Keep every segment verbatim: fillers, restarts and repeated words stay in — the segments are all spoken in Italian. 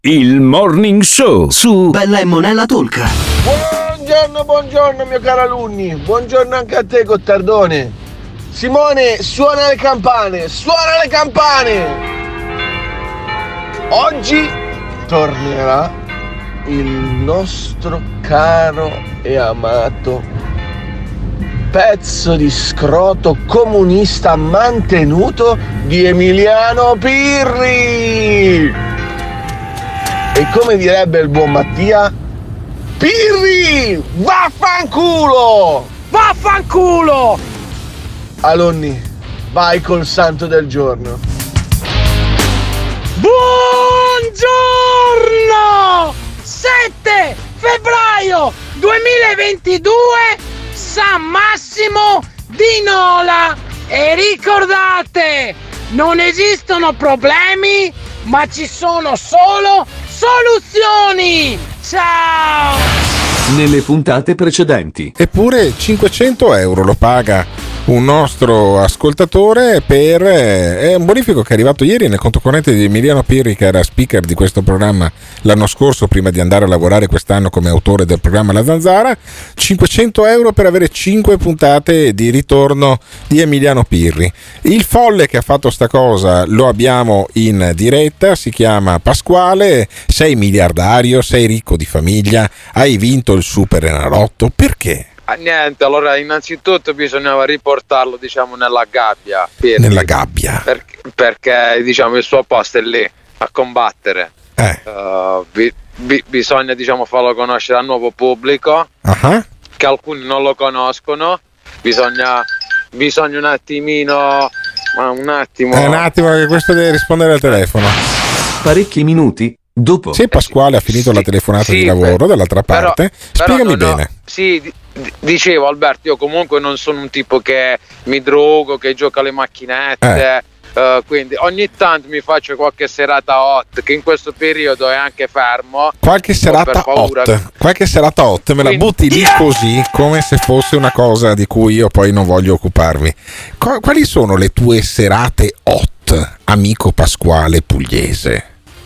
Il Morning Show su Bella e Monella Talk. Buongiorno, buongiorno mio caro alunni, buongiorno anche a te Gottardone. Simone, suona le campane, suona le campane! Oggi tornerà il nostro caro e amato pezzo di scroto comunista mantenuto di Emiliano Pirri! E come direbbe il buon Mattia, Pirri, vaffanculo! Vaffanculo! Alunni, vai col santo del giorno. Buongiorno! sette febbraio duemilaventidue, San Massimo di Nola. E ricordate, non esistono problemi, ma ci sono solo soluzioni. Ciao! nelle puntate precedenti. Eppure cinquecento euro lo paga un nostro ascoltatore per è un bonifico che è arrivato ieri nel conto corrente di Emiliano Pirri, che era speaker di questo programma l'anno scorso prima di andare a lavorare quest'anno come autore del programma La Zanzara. Cinquecento euro per avere cinque puntate di ritorno di Emiliano Pirri. Il folle che ha fatto sta cosa lo abbiamo in diretta, si chiama Pasquale. Sei miliardario, sei ricco di famiglia, hai vinto il Super Enalotto, perché? Ah, niente, allora innanzitutto bisognava riportarlo, diciamo, nella gabbia. Pirri, nella gabbia? Perché, perché diciamo il suo posto è lì a combattere. Eh. Uh, bi, bi, bisogna, diciamo, farlo conoscere al nuovo pubblico, uh-huh. che alcuni non lo conoscono. Bisogna, bisogna un attimino, ma un attimo. Eh, un attimo, che questo deve rispondere al telefono. Parecchi minuti dopo. Se Pasquale ha finito sì, la telefonata sì, di lavoro dall'altra però, parte, però spiegami no, no, bene. sì, d- dicevo Alberto, io comunque non sono un tipo che mi drogo, che gioca alle macchinette, Eh. uh, quindi ogni tanto mi faccio qualche serata hot, che in questo periodo è anche fermo. Qualche serata hot, qualche serata hot me la Quindi, butti lì yeah! così, come se fosse una cosa di cui io poi non voglio occuparmi. Qu- quali sono le tue serate hot, amico Pasquale pugliese?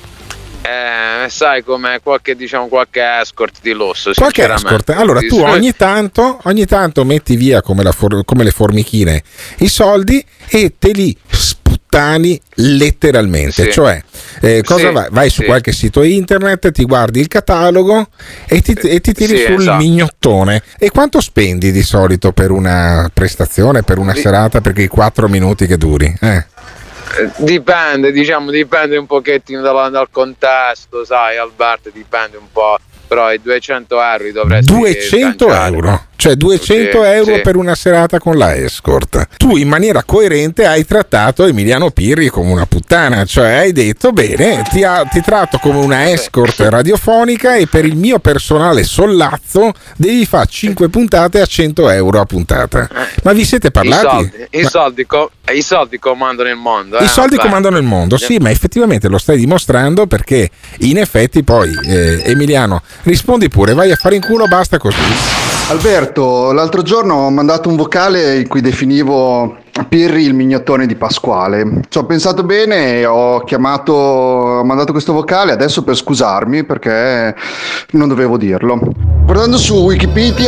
Eh, sai come qualche, diciamo, qualche escort di lusso, Qualche escort. Allora tu ogni tanto, ogni tanto metti via come, la for- come le formichine i soldi e te li sputtani letteralmente. Sì. Cioè, eh, cosa Sì, vai? Vai su sì. qualche sito internet, ti guardi il catalogo e ti, e ti tiri Sì, sul esatto. mignottone. E quanto spendi di solito per una prestazione, per una Di- serata, per quei quattro minuti che duri? Eh. Eh, Dipende, diciamo, dipende un pochettino dal, dal contesto, sai Alberto, dipende un po', però i duecento euro li dovresti duecento sganciare. euro, cioè duecento Sì, euro sì. per una serata con la escort. Tu in maniera coerente hai trattato Emiliano Pirri come una puttana, cioè hai detto bene, ti, ha, ti tratto come una escort radiofonica e per il mio personale sollazzo devi fare cinque puntate a cento euro a puntata. Ma vi siete I parlati? soldi, i Ma- soldi, co- i soldi comandano il mondo. I eh, soldi Alberto. comandano il mondo, sì, ma effettivamente lo stai dimostrando, perché in effetti poi eh, Emiliano, rispondi pure, vai a fare in culo, basta così. Alberto, l'altro giorno ho mandato un vocale in cui definivo Pirri il mignottone di Pasquale. Ci ho pensato bene e ho chiamato, ho mandato questo vocale adesso per scusarmi perché non dovevo dirlo. Guardando su Wikipedia,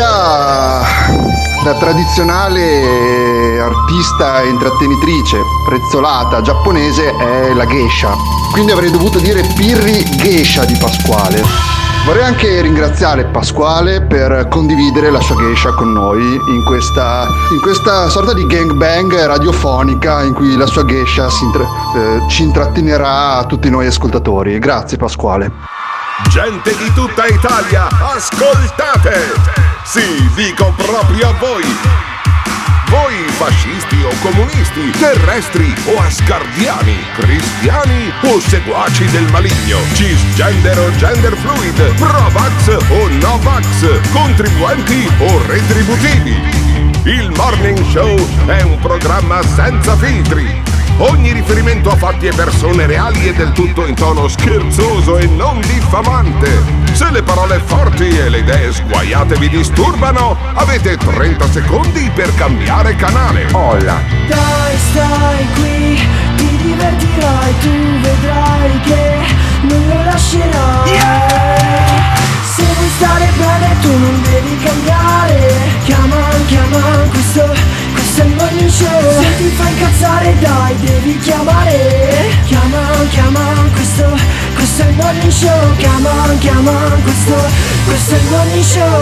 la tradizionale artista e intrattenitrice prezzolata giapponese è la geisha. Quindi avrei dovuto dire Pirri geisha di Pasquale. Vorrei anche ringraziare Pasquale per condividere la sua geisha con noi in questa, in questa sorta di gangbang radiofonica in cui la sua geisha si intra- eh, ci intrattenerà a tutti noi ascoltatori. Grazie Pasquale. Gente di tutta Italia, ascoltate! Sì, dico proprio a voi! Voi fascisti o comunisti, terrestri o asgardiani, cristiani o seguaci del maligno, cisgender o gender fluid, pro-vax o no-vax, contribuenti o retributivi. Il Morning Show è un programma senza filtri. Ogni riferimento a fatti e persone reali è del tutto in tono scherzoso e non diffamante. Se le parole forti e le idee sguaiate vi disturbano, avete trenta secondi per cambiare canale. Hola. Dai, stai qui, ti divertirai, tu vedrai che non lo lascerai. Yeah! Se vuoi stare bene tu non devi cambiare. Chiama, chiama, questo, questo è il morning show. Se ti fa incazzare dai devi chiamare. Chiama, chiama, questo, questo è il morning show. Chiama, chiama, questo, questo è il morning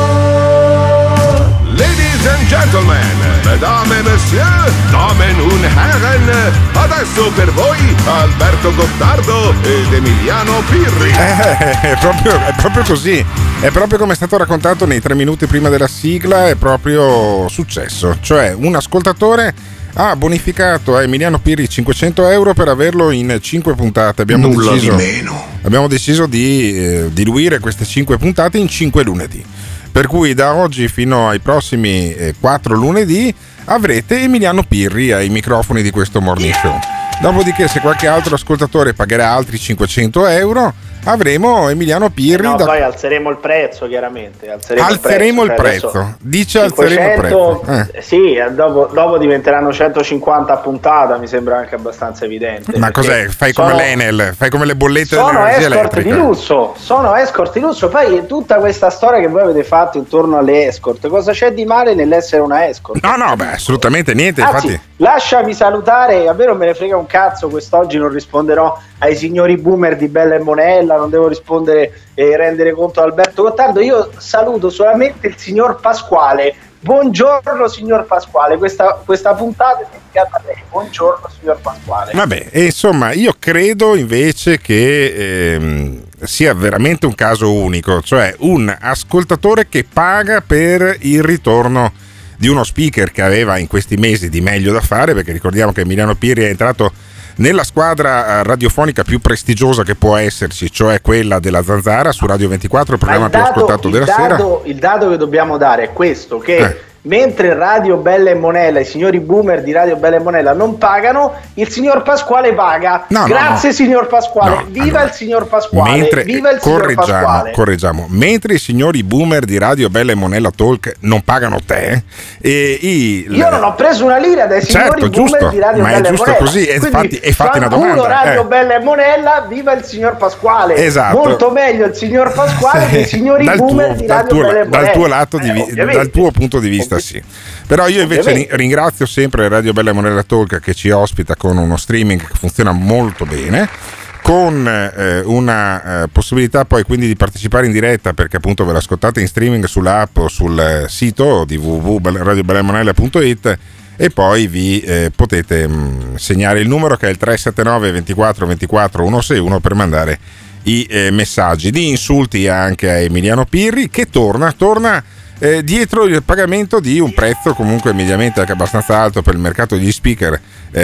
show. Ladies and gentlemen, mesdames et messieurs, damen und herren, adesso per voi Alberto Gottardo ed Emiliano Pirri. Eh, è, proprio, è proprio così, è proprio come è stato raccontato nei tre minuti prima della sigla, è proprio successo. Cioè un ascoltatore ha bonificato a Emiliano Pirri cinquecento euro per averlo in cinque puntate. Abbiamo Nulla deciso, di meno. Abbiamo deciso di eh, diluire queste cinque puntate in cinque lunedì. Per cui da oggi fino ai prossimi eh, quattro lunedì avrete Emiliano Pirri ai microfoni di questo morning show. Dopodiché, se qualche altro ascoltatore pagherà altri cinquecento euro, avremo Emiliano Pirri. No, da... poi alzeremo il prezzo, chiaramente. Alzeremo, alzeremo il prezzo. Il prezzo. prezzo. Dice alzeremo il prezzo. Eh. Sì, dopo, dopo diventeranno centocinquanta a puntata, mi sembra anche abbastanza evidente. Ma cos'è? Fai come sono, l'Enel, fai come le bollette sono dell'energia escort elettrica. Di lusso, sono escort di lusso. Poi tutta questa storia che voi avete fatto intorno alle escort, cosa c'è di male nell'essere una escort? No, no, beh, assolutamente niente. Anzi, infatti, lasciami salutare, a me non me ne frega un cazzo, quest'oggi non risponderò ai signori boomer di Bella e Monella, non devo rispondere e rendere conto a Alberto Gottardo. Io saluto solamente il signor Pasquale. Buongiorno signor Pasquale, questa, questa puntata è dedicata a lei. Buongiorno signor Pasquale. Vabbè, e insomma, io credo invece che ehm, sia veramente un caso unico, cioè un ascoltatore che paga per il ritorno di uno speaker che aveva in questi mesi di meglio da fare, perché ricordiamo che Emiliano Pirri è entrato nella squadra radiofonica più prestigiosa che può esserci, cioè quella della Zanzara su Radio ventiquattro, il programma più ascoltato della sera. Il dato che dobbiamo dare è questo, che eh. mentre Radio Bella e Monella, i signori boomer di Radio Bella e Monella non pagano, il signor Pasquale paga. No, Grazie no, no. signor Pasquale, no, viva allora, il signor Pasquale, mentre, viva il signor Pasquale. Correggiamo, mentre i signori boomer di Radio Bella e Monella Talk non pagano te, e i, io non ho preso una lira dai signori certo, boomer giusto, di Radio ma Bella è giusto e Monella. così, e infatti, e fatti una fanculo domanda. Radio eh. Bella e Monella, viva il signor Pasquale. Esatto. Molto meglio il signor Pasquale che i signori dal boomer tuo, di dal Radio tuo, Bella e Monella. dal tuo lato di, eh, dal tuo punto di vista sì. Però io invece Ovviamente. ringrazio sempre Radio Bella e Monella Talk che ci ospita con uno streaming che funziona molto bene, con eh, una eh, possibilità poi quindi di partecipare in diretta, perché appunto ve l'ascoltate in streaming sull'app o sul eh, sito di w w w punto radio bella e monella punto i t, e poi vi eh, potete mh, segnare il numero che è il tre sette nove ventiquattro ventiquattro centosessantuno per mandare i eh, messaggi di insulti anche a Emiliano Pirri, che torna torna Eh, dietro il pagamento di un prezzo comunque mediamente anche abbastanza alto per il mercato degli speaker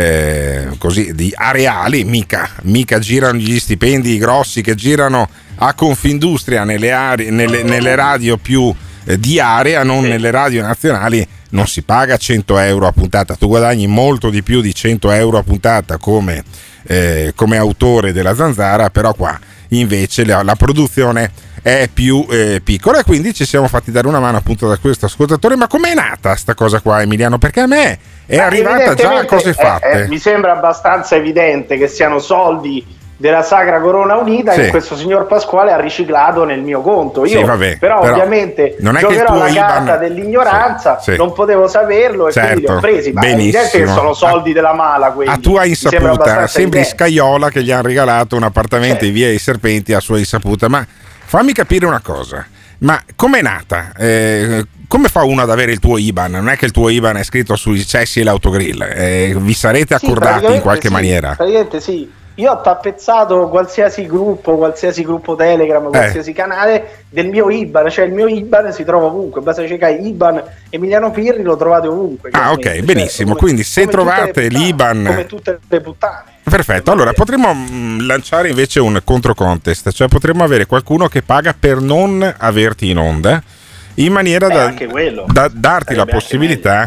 eh, così di areali, mica, mica girano gli stipendi grossi che girano a Confindustria nelle, aree, nelle, nelle radio più eh, di area, non nelle radio nazionali. Non si paga cento euro a puntata, tu guadagni molto di più di cento euro a puntata come, eh, come autore della Zanzara, però qua invece la, la produzione è più eh, piccola, e quindi ci siamo fatti dare una mano appunto da questo ascoltatore. Ma com'è nata sta cosa qua, Emiliano? Perché a me è Ma arrivata già a cose fatte. Eh, eh, mi sembra abbastanza evidente che siano soldi della Sacra Corona Unita sì. che questo signor Pasquale ha riciclato nel mio conto. Io sì, vabbè, però, però ovviamente non è giocherò la I B A N... carta dell'ignoranza, sì, sì. non potevo saperlo e certo, quindi li ho presi. Ma è evidente che sono soldi a, della mala quelli. A tua insaputa, sembri evidente. Scaiola che gli hanno regalato un appartamento in via dei Serpenti a sua insaputa. Ma fammi capire una cosa, ma com'è nata? Eh, come fa uno ad avere il tuo I B A N? Non è che il tuo I B A N è scritto sui cessi e l'autogrill, eh, vi sarete accordati sì, in qualche sì, maniera? Praticamente sì. Io ho tappezzato qualsiasi gruppo, qualsiasi gruppo Telegram, qualsiasi eh. canale del mio I B A N, cioè il mio I B A N si trova ovunque, basta cercare I B A N Emiliano Pirri, lo trovate ovunque. Ah, ok, cioè, benissimo. Come, Quindi se trovate l'I B A N, come tutte le puttane. Perfetto, allora potremmo mh, lanciare invece un contro contest, cioè potremmo avere qualcuno che paga per non averti in onda, in maniera eh, da, anche quello. da darti Sarebbe la possibilità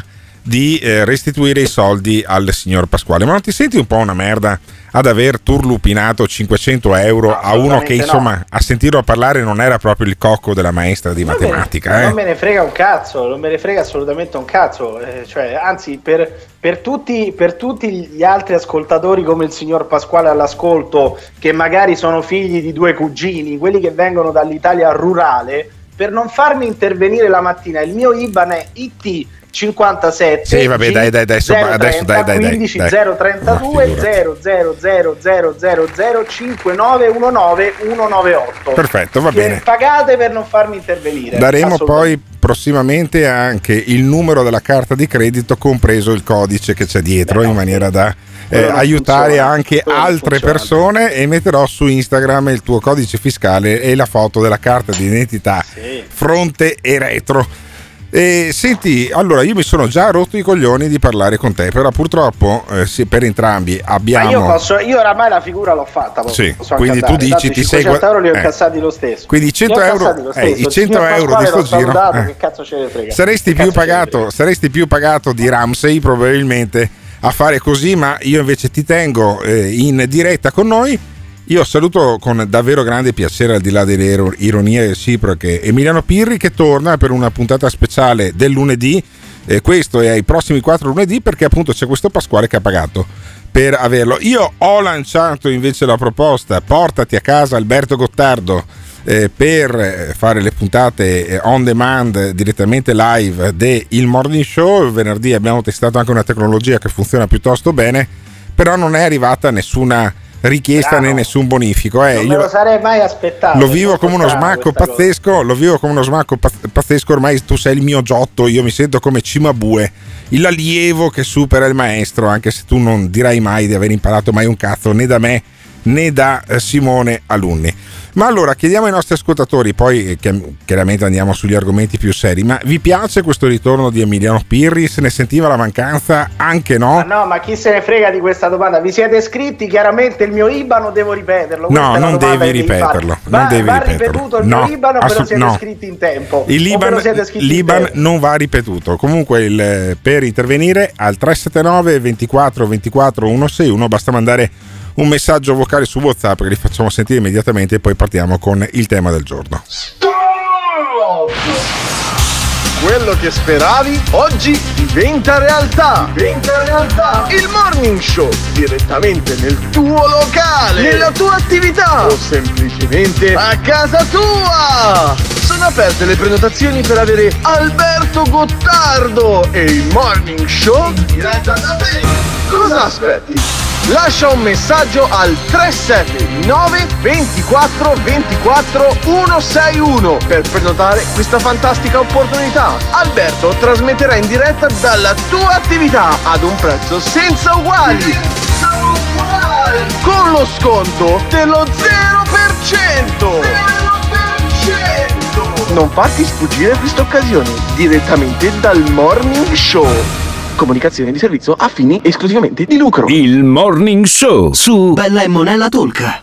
di eh, restituire i soldi al signor Pasquale. Ma non ti senti un po' una merda ad aver turlupinato cinquecento euro no, a uno che insomma no. a sentirlo parlare non era proprio il cocco della maestra di non matematica? Me ne, eh? Non me ne frega un cazzo, non me ne frega assolutamente un cazzo, eh, cioè, anzi per, per, tutti, per tutti gli altri ascoltatori come il signor Pasquale all'ascolto, che magari sono figli di due cugini, quelli che vengono dall'Italia rurale, per non farmi intervenire la mattina il mio I B A N è I T cinquantasette sì vabbè dai dai dai adesso, adesso dai dai quindici dai, zero trentadue zero zero zero zero zero zero cinque nove uno nove uno nove otto. Perfetto, va bene, pagate per non farmi intervenire. Daremo poi prossimamente anche il numero della carta di credito compreso il codice che c'è dietro. Beh, in maniera da eh, aiutare funziona. Anche quello altre persone, e metterò su Instagram il tuo codice fiscale e la foto della carta di identità, sì, fronte e retro. E senti, allora io mi sono già rotto i coglioni di parlare con te, però purtroppo eh, sì, per entrambi abbiamo. Ma io posso, io oramai la figura l'ho fatta. Sì, quindi tu dici ti sei cinquecento euro li ho incassati eh. lo stesso. Quindi i cento euro, eh, i cento euro di sto giro. Salutato, eh. Che cazzo ce ne frega? Saresti che più pagato, saresti più pagato di Ramsey probabilmente a fare così, ma io invece ti tengo eh, in diretta con noi. Io saluto con davvero grande piacere, al di là delle ironie reciproche, Emiliano Pirri, che torna per una puntata speciale del lunedì, eh, questo è ai prossimi quattro lunedì, perché appunto c'è questo Pasquale che ha pagato per averlo. Io ho lanciato invece la proposta: portati a casa Alberto Gottardo eh, per fare le puntate eh, on demand, direttamente live del Morning Show. Venerdì abbiamo testato anche una tecnologia che funziona piuttosto bene, però non è arrivata nessuna richiesta né nessun bonifico. Eh, non me io lo sarei mai aspettato. Lo vivo come uno smacco pazzesco, cosa. lo vivo come uno smacco pazzesco. Ormai tu sei il mio Giotto, io mi sento come Cimabue, l'allievo che supera il maestro, anche se tu non dirai mai di aver imparato mai un cazzo, né da me né da eh, Simone Alunni. Ma allora chiediamo ai nostri ascoltatori, poi eh, chiaramente andiamo sugli argomenti più seri, ma vi piace questo ritorno di Emiliano Pirri? Se ne sentiva la mancanza? Anche no? Ma no, ma chi se ne frega di questa domanda? Vi siete iscritti? Chiaramente il mio I B A N devo ripeterlo. No, non devi ripeterlo. Non va, devi va ripeterlo. ripetuto il no, mio I B A N, però assolut- siete no. iscritti in tempo. Il L'I B A N, l'I B A N non va ripetuto. Comunque il, per intervenire al tre sette nove ventiquattro ventiquattro centosessantuno basta mandare un messaggio vocale su WhatsApp che li facciamo sentire immediatamente, e poi partiamo con il tema del giorno. Quello che speravi oggi diventa realtà. Diventa realtà. Il Morning Show direttamente nel tuo locale, nella tua attività o semplicemente a casa tua. Sono aperte le prenotazioni per avere Alberto Gottardo e il Morning Show in diretta da te. Cosa aspetti? Lascia un messaggio al tre sette nove ventiquattro ventiquattro centosessantuno per prenotare questa fantastica opportunità. Alberto trasmetterà in diretta dalla tua attività ad un prezzo senza uguali. Senza uguali! Con lo sconto dello zero per cento! zero per cento! Non farti sfuggire questa occasione, direttamente dal Morning Show. Comunicazione di servizio a fini esclusivamente di lucro. Il Morning Show su Bella e Monella Talk.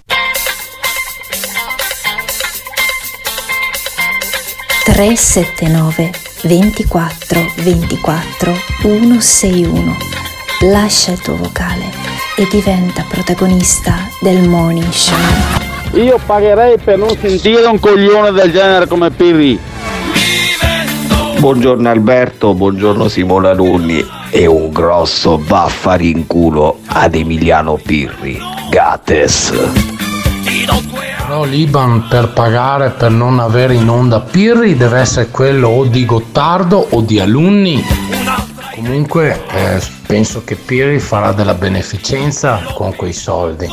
tre sette nove ventiquattro ventiquattro centosessantuno. Lascia il tuo vocale e diventa protagonista del Morning Show. Io pagherei per non sentire un coglione del genere come Pirri. Buongiorno Alberto, buongiorno Simone Alunni e un grosso vaffarinculo ad Emiliano Pirri. Gates. Però l'I B A N per pagare per non avere in onda Pirri deve essere quello o di Gottardo o di Alunni. Comunque eh, penso che Pirri farà della beneficenza con quei soldi.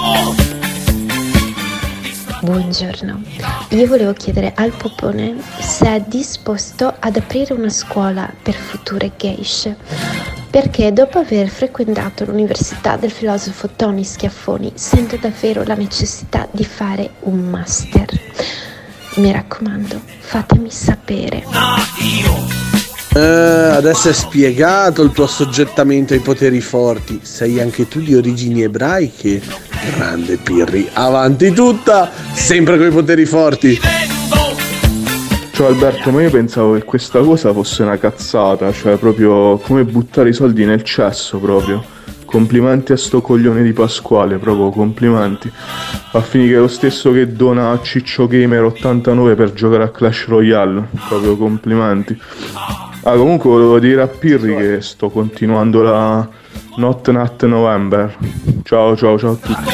Buongiorno, io volevo chiedere al Popone se è disposto ad aprire una scuola per future geishe, perché dopo aver frequentato l'università del filosofo Tony Schiaffoni sento davvero la necessità di fare un master. Mi raccomando, fatemi sapere. Eh, adesso è spiegato il tuo assoggettamento ai poteri forti. Sei anche tu di origini ebraiche? Grande Pirri, avanti tutta, sempre coi poteri forti. Ciao Alberto, ma io pensavo che questa cosa fosse una cazzata, cioè proprio come buttare i soldi nel cesso proprio. Complimenti a sto coglione di Pasquale, proprio complimenti. A finire che è lo stesso che dona a Ciccio Gamer ottantanove per giocare a Clash Royale, proprio complimenti. Ah, comunque volevo dire a Pirri che sto continuando la Not Nut November. Ciao ciao ciao a tutti.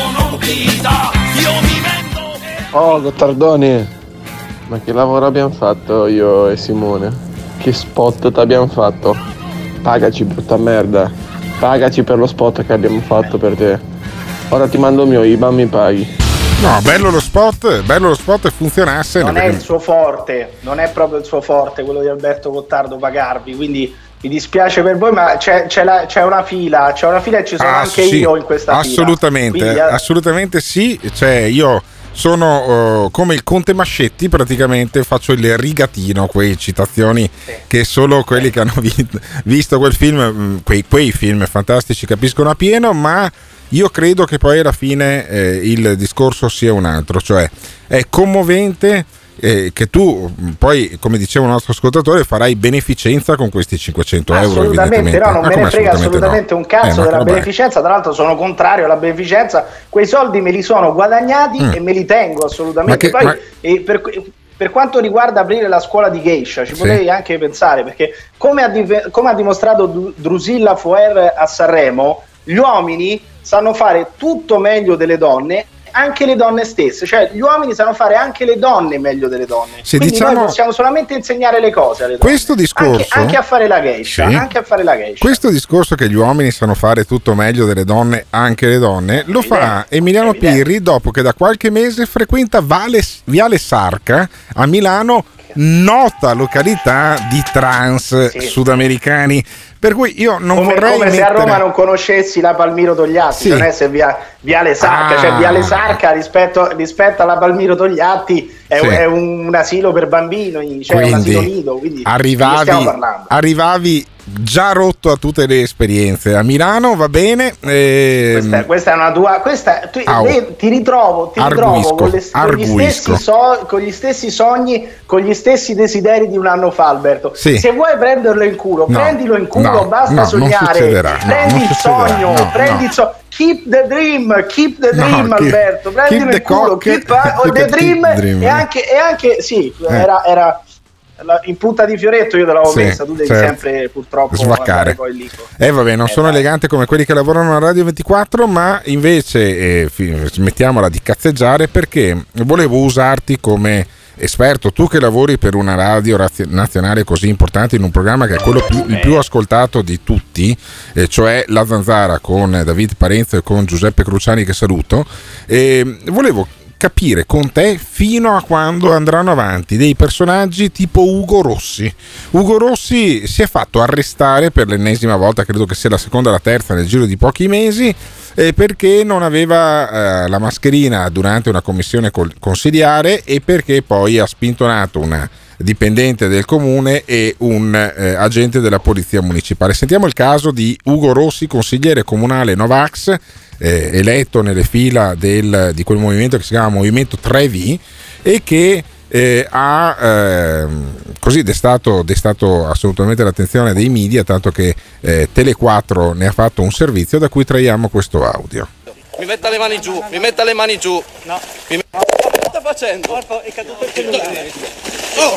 Oh Gottardoni, ma che lavoro abbiamo fatto io e Simone? Che spot ti abbiamo fatto? Pagaci, brutta merda. Pagaci per lo spot che abbiamo fatto per te. Ora ti mando il mio I B A N, mi paghi. No, bello lo spot, bello lo spot e funzionasse. Non è il suo forte, non è proprio il suo forte quello di Alberto Gottardo pagarvi, quindi mi dispiace per voi, ma c'è, c'è, la, c'è una fila, c'è una fila e ci sono ah, anche sì, io in questa assolutamente, fila. Quindi, assolutamente sì, cioè io sono uh, come il Conte Mascetti, praticamente faccio il rigatino, quei citazioni sì. che solo quelli che hanno vi- visto quel film, quei, quei film fantastici capiscono a pieno, ma io credo che poi alla fine eh, il discorso sia un altro, cioè è commovente eh, che tu poi, come diceva un nostro ascoltatore, farai beneficenza con questi cinquecento euro. Assolutamente no, non ma me ne frega assolutamente, assolutamente no. un cazzo eh, della beneficenza, tra l'altro sono contrario alla beneficenza, quei soldi me li sono guadagnati mm. e me li tengo assolutamente. Ma che, poi ma... e per, per quanto riguarda aprire la scuola di geisha, ci sì. potrei anche pensare, perché come ha, di, come ha dimostrato Drusilla Foer a Sanremo, gli uomini sanno fare tutto meglio delle donne, anche le donne stesse, cioè gli uomini sanno fare anche le donne meglio delle donne. Se Quindi diciamo, noi possiamo solamente insegnare le cose alle donne. Questo discorso, anche, anche a fare la geisha, sì. anche a fare la geisha. Questo discorso che gli uomini sanno fare tutto meglio delle donne, anche le donne, lo evidente, fa Emiliano Pirri dopo che da qualche mese frequenta Vale, Viale Sarca a Milano, nota località di trans sì. sudamericani. Per cui io non come, vorrei come mettere... se a Roma non conoscessi la Palmiro Togliatti, sì. non è se via, Viale Sarca, ah. cioè Viale Sarca rispetto, rispetto alla Palmiro Togliatti è, sì. un, è un asilo per bambini, cioè quindi, un asilo nido, quindi arrivavi, stiamo parlando. arrivavi già rotto a tutte le esperienze. A Milano va bene. Ehm... Questa, questa è una tua. Questa, tu, eh, ti ritrovo, ti ritrovo con, le, con, gli stessi so, con gli stessi sogni, con gli stessi desideri di un anno fa, Alberto. Sì. Se vuoi prenderlo in culo, no, prendilo in culo, no, basta no, sognare. Prendi no, il sogno, no, prendi no. il sogno. Keep the dream, keep the dream, no, Alberto. Keep, prendilo keep in culo, cock, keep, keep the, the dream, dream. E anche, e anche sì, eh. era. era in punta di fioretto io te l'avevo sì, messa, tu devi certo. sempre purtroppo svaccare. Poi lì. Eh vabbè, non eh, sono dai. elegante come quelli che lavorano a Radio ventiquattro, ma invece eh, smettiamola di cazzeggiare, perché volevo usarti come esperto, tu che lavori per una radio razio- nazionale così importante, in un programma che è quello più, il più ascoltato di tutti, eh, cioè La Zanzara con David Parenzo e con Giuseppe Cruciani, che saluto, e volevo capire con te fino a quando andranno avanti dei personaggi tipo Ugo Rossi. Ugo Rossi si è fatto arrestare per l'ennesima volta, credo che sia la seconda o la terza nel giro di pochi mesi, eh, perché non aveva eh, la mascherina durante una commissione col- consiliare e perché poi ha spintonato una dipendente del comune e un eh, agente della polizia municipale. Sentiamo il caso di Ugo Rossi, consigliere comunale Novax, eh, eletto nelle fila del, di quel movimento che si chiama Movimento tre V e che eh, ha eh, così destato, destato assolutamente l'attenzione dei media, tanto che eh, Tele quattro ne ha fatto un servizio da cui traiamo questo audio. Mi metta le mani giù, mi metta le mani giù. No. Mi met... Che sta facendo? È caduto il cellulare. Oh.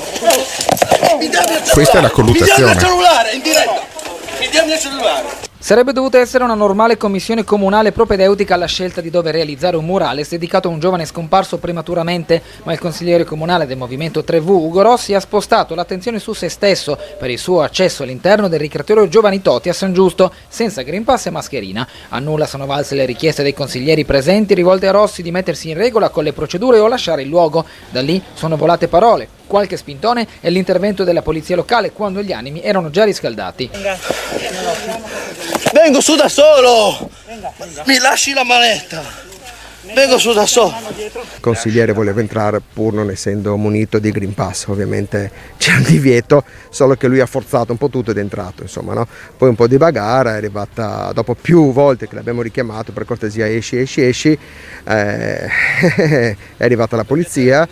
Oh. Questa è la colluttazione. Mi diamo il cellulare in diretta. Mi diamo il cellulare. Sarebbe dovuta essere una normale commissione comunale propedeutica alla scelta di dove realizzare un murales dedicato a un giovane scomparso prematuramente, ma il consigliere comunale del Movimento tre V, Ugo Rossi, ha spostato l'attenzione su se stesso per il suo accesso all'interno del ricreatorio Giovani Toti a San Giusto, senza Green Pass e mascherina. A nulla sono valse le richieste dei consiglieri presenti rivolte a Rossi di mettersi in regola con le procedure o lasciare il luogo. Da lì sono volate parole, qualche spintone e l'intervento della polizia locale quando gli animi erano già riscaldati. Vengo su da solo! Mi lasci la manetta! Vengo su da solo! Il consigliere voleva entrare pur non essendo munito di Green Pass, ovviamente c'è un divieto, solo che lui ha forzato un po' tutto ed è entrato, insomma, no? Poi un po' di bagarre, è arrivata dopo più volte che l'abbiamo richiamato per cortesia esci, esci, esci, eh, è arrivata la polizia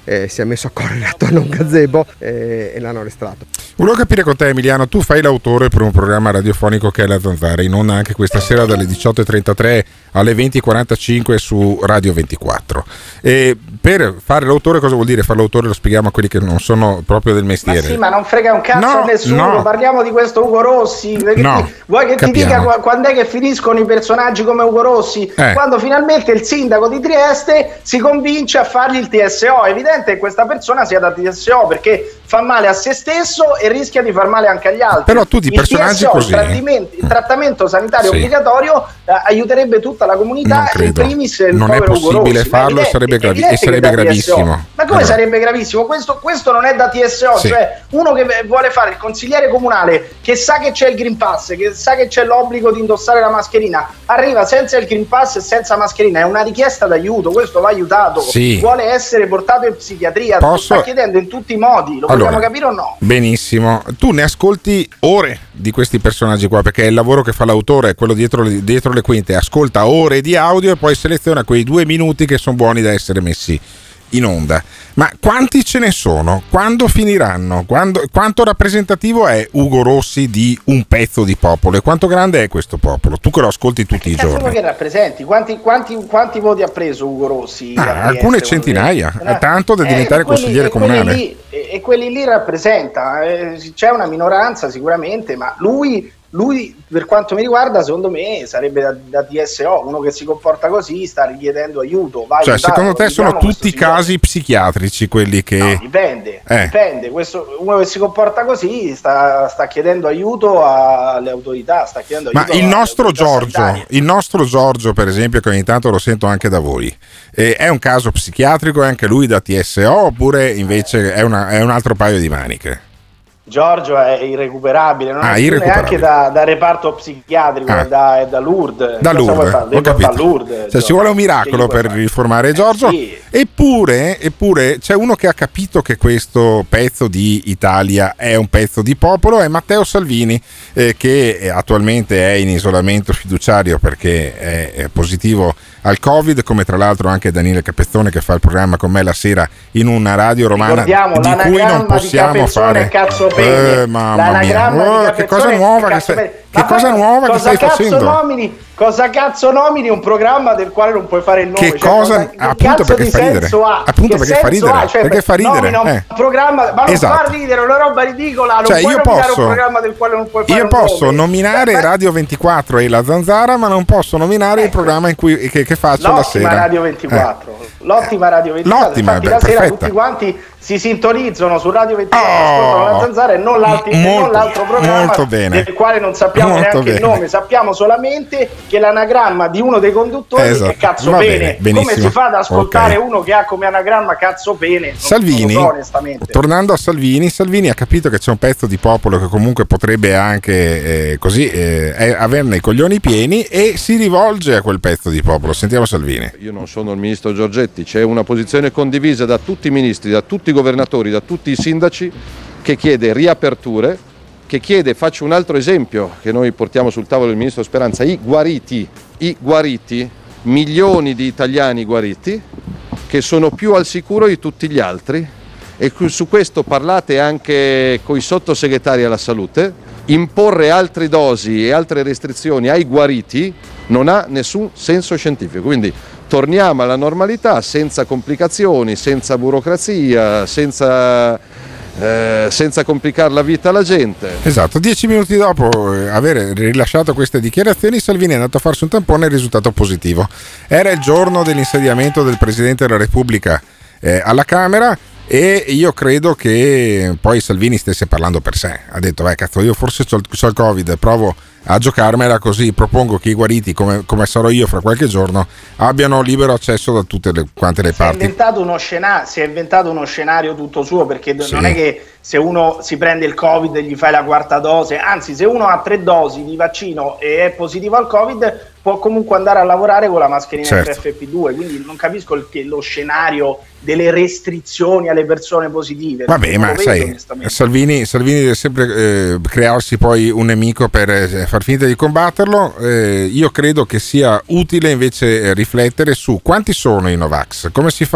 eh, si è messo a correre attorno a un gazebo eh, e l'hanno arrestato. Volevo capire con te, Emiliano, tu fai l'autore per un programma radiofonico che è La Zanzara, in onda anche questa sera dalle diciotto e trentatré alle venti e quarantacinque su Radio ventiquattro. E per fare l'autore cosa vuol dire fare l'autore? Lo spieghiamo a quelli che non sono proprio del mestiere. Ma sì, ma non frega un cazzo No, a nessuno, no. parliamo di questo Ugo Rossi. Che No, ti- vuoi che capiamo. ti dica qua- quando è che finiscono i personaggi come Ugo Rossi? Eh. Quando finalmente il sindaco di Trieste si convince a fargli il T S O. È evidente che questa persona sia da T S O perché fa male a se stesso e rischia di far male anche agli altri. Però tu di il personaggi T S O, così- il trattamento, il trattamento sanitario Sì. obbligatorio eh, aiuterebbe tutta la Non comunità, in credo. primis il Non è povero Ugo possibile Rossi. Ma è farlo, evidente- sarebbe è gravi- evidente e sarebbe che è da T S O. gravissimo. Ma come Allora. sarebbe gravissimo? Questo, questo non è da T S O, Sì. cioè uno che vuole fare il consigliere comunale, che sa che c'è il Green Pass, che sa che c'è l'obbligo di indossare la mascherina, arriva senza il Green Pass e senza mascherina, è una richiesta d'aiuto, questo va aiutato, Sì. vuole essere portato in psichiatria, lo Posso- sta chiedendo in tutti i modi, lo Allora, vogliamo capire o no? Benissimo, tu ne ascolti ore di questi personaggi qua, perché il lavoro che fa l'autore è quello dietro, le- dietro le quinte, ascolta ore di audio e poi seleziona quei due minuti che sono buoni da essere messi in onda. Ma quanti ce ne sono? Quando finiranno? Quando, quanto rappresentativo è Ugo Rossi di un pezzo di popolo e quanto grande è questo popolo? Tu che lo ascolti tutti i Cazzo vuoi giorni. che rappresenti? Quanti, quanti, quanti voti ha preso Ugo Rossi? Ah, a Trieste, alcune secondo centinaia, te? è tanto da Eh, diventare quelli- consigliere e quelli comunale. lì- e, e quelli lì rappresenta, eh, c'è una minoranza sicuramente, ma lui, lui per quanto mi riguarda secondo me sarebbe da, da T S O, uno che si comporta così sta richiedendo aiuto, va Cioè, aiutato, secondo te sono aiutiamo tutti questo signore. casi psichiatrici quelli che... No, dipende, Eh. dipende. Questo, uno che si comporta così sta, sta chiedendo aiuto alle autorità, sta chiedendo Ma aiuto il alle nostro autorità Giorgio, sanitarie. il nostro Giorgio, per esempio, che ogni tanto lo sento anche da voi, eh, è un caso psichiatrico, è anche lui da T S O oppure invece è, una- è un altro paio di maniche? Giorgio è irrecuperabile, non Ah, è più irrecuperabile. neanche da, da reparto psichiatrico, Ah. è, da, è da Lourdes. Da Cosa vuoi Lourdes, fare? ho Devi portare a capito. Lourdes, Cioè, Giorgio. ci vuole un Che miracolo gli puoi per fare? riformare Giorgio. sì. Eppure, eppure c'è uno che ha capito che questo pezzo di Italia è un pezzo di popolo, è Matteo Salvini, eh, che attualmente è in isolamento fiduciario perché è, è positivo al Covid, come tra l'altro anche Daniele Capezzone che fa il programma con me la sera in una radio romana Ricordiamo, di cui l'anagramma non di possiamo Capezzone fare. è cazzo bene. Eh, mamma mia, L'anagramma di oh, che Capezzone cosa è nuova che, cazzo stai, bene. che Ma cosa poi nuova che cosa stai cazzo facendo? Nomini, cosa cazzo nomini un programma del quale non puoi fare il nome? Che Cioè, cosa- che appunto cazzo perché di fa ridere. senso ha? Appunto Che perché fa senso ridere, ha? Cioè, perché fa ridere, nomina un eh. programma, ma non Esatto. fa ridere, è una roba ridicola, non Cioè, puoi io nominare posso- un programma del quale non puoi fare Io un posso nome. nominare Ma- Radio ventiquattro e la Zanzara, ma non posso nominare il programma in cui, che, che faccio la L'ottima sera. Radio ventiquattro, l'ottima Radio ventiquattro, L'ottima, infatti beh, la sera perfetta. tutti quanti si sintonizzano su Radio ventiquattro, Oh! ascoltano la Zanzara e non, l'altro- e non Molto- l'altro programma molto bene. del quale non sappiamo Molto neanche il bene. nome, sappiamo solamente che l'anagramma di uno dei conduttori Esatto. è cazzo Va bene. bene, benissimo. Come si fa ad ascoltare Ok. uno che ha come anagramma cazzo bene? Non- Salvini, non lo so, onestamente. tornando a Salvini, Salvini ha capito che c'è un pezzo di popolo che comunque potrebbe anche eh, così eh, eh, averne i coglioni pieni e si rivolge a quel pezzo di popolo. Sentiamo Salvini. Io non sono il ministro Giorgetti, c'è una posizione condivisa da tutti i ministri, da tutti i governatori, da tutti i sindaci che chiede riaperture, che chiede, faccio un altro esempio che noi portiamo sul tavolo del ministro Speranza, i guariti, i guariti, milioni di italiani guariti che sono più al sicuro di tutti gli altri e su questo parlate anche con i sottosegretari alla salute. Imporre altre dosi e altre restrizioni ai guariti non ha nessun senso scientifico, quindi torniamo alla normalità senza complicazioni, senza burocrazia, senza, eh, senza complicare la vita alla gente. Esatto, dieci minuti dopo eh, aver rilasciato queste dichiarazioni, Salvini è andato a farsi un tampone e il risultato positivo. Era il giorno dell'insediamento del Presidente della Repubblica eh, alla Camera e io credo che poi Salvini stesse parlando per sé. Ha detto, beh cazzo, io forse c'ho il, c'ho il Covid, provo a giocarmela così, propongo che i guariti, come, come sarò io fra qualche giorno, abbiano libero accesso da tutte le, quante le Si è, parti. inventato uno scenario, si è inventato uno scenario tutto suo, perché Sì. non è che se uno si prende il Covid e gli fai la quarta dose, anzi se uno ha tre dosi di vaccino e è positivo al Covid può comunque andare a lavorare con la mascherina Certo. F F P due, quindi non capisco il, che lo scenario delle restrizioni alle persone positive. Vabbè, Non ma lo vedo, sai, onestamente. Salvini, Salvini deve sempre eh, crearsi poi un nemico per eh, far finta di combatterlo. Eh, io credo che sia utile invece eh, riflettere su quanti sono i Novax, come si fa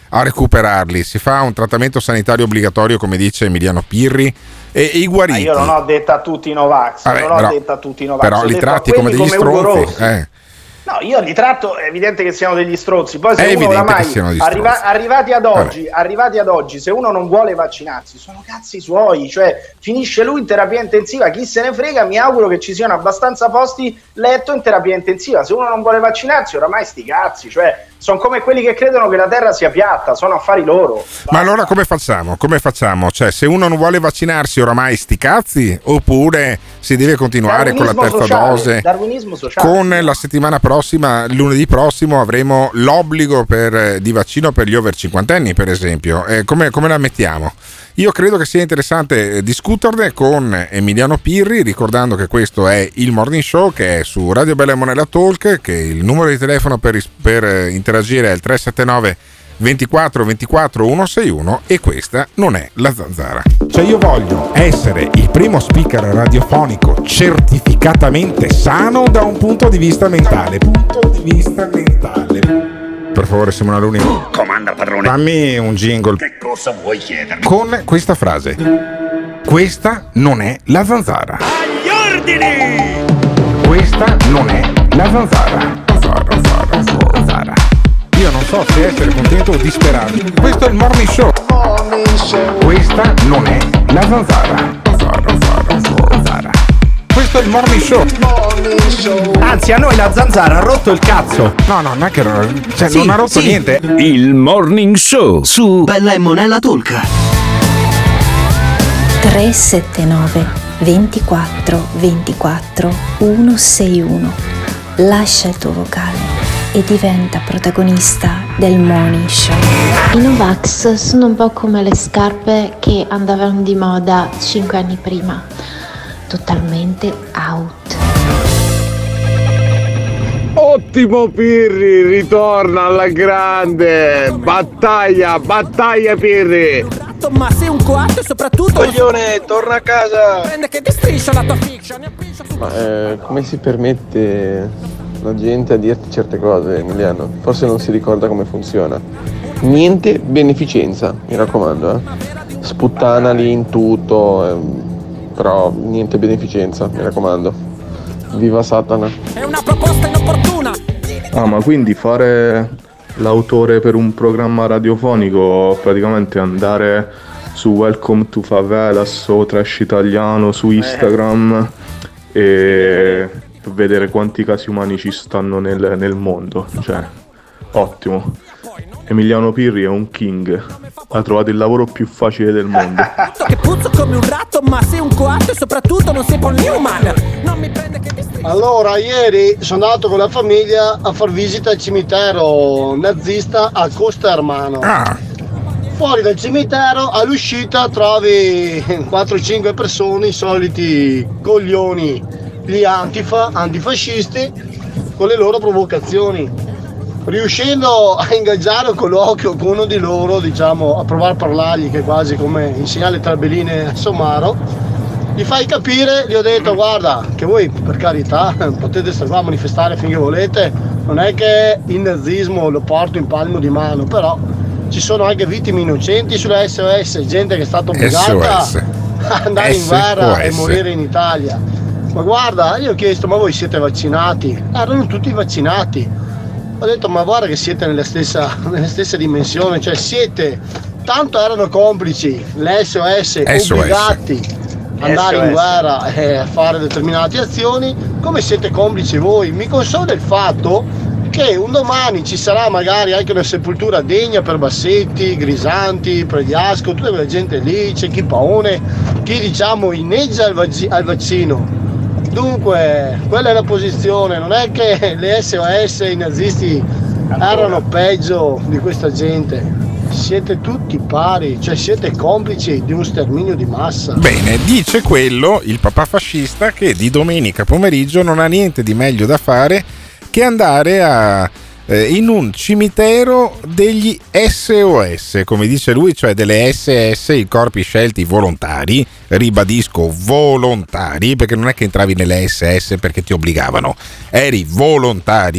a recuperarli? Si fa un trattamento sanitario obbligatorio, come dice Emiliano Pirri, e, e i guariti? Ma io non ho detto a tutti i Novax, Vabbè, non ho però, detto a tutti i Novax. Però ho li detto a tratti quelli come degli come Ugo stronzi. Rossi. Eh. No, io li tratto, è evidente che siano degli stronzi. Poi se È uno evidente oramai che siano degli arriva- stronzi. arrivati ad oggi, arrivati ad oggi, se uno non vuole vaccinarsi, sono cazzi suoi, cioè finisce lui in terapia intensiva, chi se ne frega, mi auguro che ci siano abbastanza posti letto in terapia intensiva. Se uno non vuole vaccinarsi, oramai sti cazzi, cioè sono come quelli che credono che la terra sia piatta, sono affari loro. Ma allora come facciamo? Come facciamo? Cioè, se uno non vuole vaccinarsi, oramai sti cazzi? Oppure si deve continuare con la Darwinismo terza sociale, dose? Darwinismo sociale. Con la settimana prossima, lunedì prossimo, avremo l'obbligo per, di vaccino per gli over cinquantenni, per esempio. Eh, come, come la mettiamo? Io credo che sia interessante discuterne con Emiliano Pirri, ricordando che questo è il Morning Show, che è su Radio Bella e Monella Talk, che il numero di telefono per, per interagire è il tre sette nove ventiquattro ventiquattro centosessantuno, e questa non è la zanzara. Cioè, io voglio essere il primo speaker radiofonico certificatamente sano da un punto di vista mentale. Punto di vista mentale. Per favore, Simona Luni, Comanda, padrone. fammi un jingle Che cosa vuoi chiedermi? con questa frase: questa non è la zanzara. Agli ordini! Questa non è la zanzara. Zanzara, zanzara, zanzara. Io non so se essere contento o disperato. Questo è il Morning Show. Questa non è la zanzara. Zanzara, zanzara, zanzara. Questo è il Morning Show. Anzi, a noi la zanzara ha rotto il cazzo. No, no, non è che cioè, Sì, non ha rotto sì. niente. Il Morning Show su Bella e Monella Talk. tre sette nove ventiquattro ventiquattro centosessantuno. Lascia il tuo vocale e diventa protagonista del Morning Show. I Novax sono un po' come le scarpe che andavano di moda cinque anni prima, totalmente out. Ottimo Pirri, ritorna alla grande. Battaglia, battaglia Pirri. Ma sei un coatto e soprattutto Coglione, torna a casa. prende che ti striscia la tua fiction. Ma eh, come si permette la gente a dirti certe cose, Emiliano? Forse non si ricorda come funziona. Niente beneficenza, mi raccomando, eh. Sputtanali in tutto, ehm, però niente beneficenza, mi raccomando. Viva Satana. È una proposta inopportuna. Ah, ma quindi fare l'autore per un programma radiofonico, praticamente andare su Welcome to Favelas o Trash Italiano su Instagram e vedere quanti casi umani ci stanno nel, nel mondo, cioè ottimo. Emiliano Pirri è un king, ha trovato il lavoro più facile del mondo. Che puzzo come un ratto, ma sei un coatto e soprattutto non sei Paul Newman. Non mi prende che ti striscia. Allora, ieri sono andato con la famiglia a far visita al cimitero nazista a Costa Hermano. Fuori dal cimitero, all'uscita, trovi quattro cinque persone, i soliti coglioni, gli antifa, antifascisti, con le loro provocazioni. Riuscendo a ingaggiare un colloquio con uno di loro, diciamo, a provare a parlargli, che è quasi come insegnare le tabelline a Somaro, gli fai capire, gli ho detto: guarda, che voi per carità potete stare qua a manifestare finché volete, non è che il nazismo lo porto in palmo di mano, però ci sono anche vittime innocenti sulla S O S, gente che è stata obbligata S O S. a andare in S O S. guerra e morire in Italia. Ma guarda, io ho chiesto: ma voi siete vaccinati? Erano tutti vaccinati. Ho detto: ma guarda che siete nella stessa, nella stessa dimensione, cioè siete, tanto erano complici, le S O S, S O S. obbligati ad andare S O S. in guerra e a fare determinate azioni, come siete complici voi. Mi consola il fatto che un domani ci sarà magari anche una sepoltura degna per Bassetti, Grisanti, Pregliasco, tutta quella gente lì, c'è chi paone, chi diciamo inneggia al, vac- al vaccino. Dunque, quella è la posizione, non è che le S O S e i nazisti erano peggio di questa gente. Siete tutti pari, cioè siete complici di un sterminio di massa. Bene, dice quello, il papà fascista, che di domenica pomeriggio non ha niente di meglio da fare che andare a, eh, in un cimitero degli S O S, come dice lui, cioè delle S S, i corpi scelti volontari, ribadisco volontari, perché non è che entravi nelle S S perché ti obbligavano, eri volontario,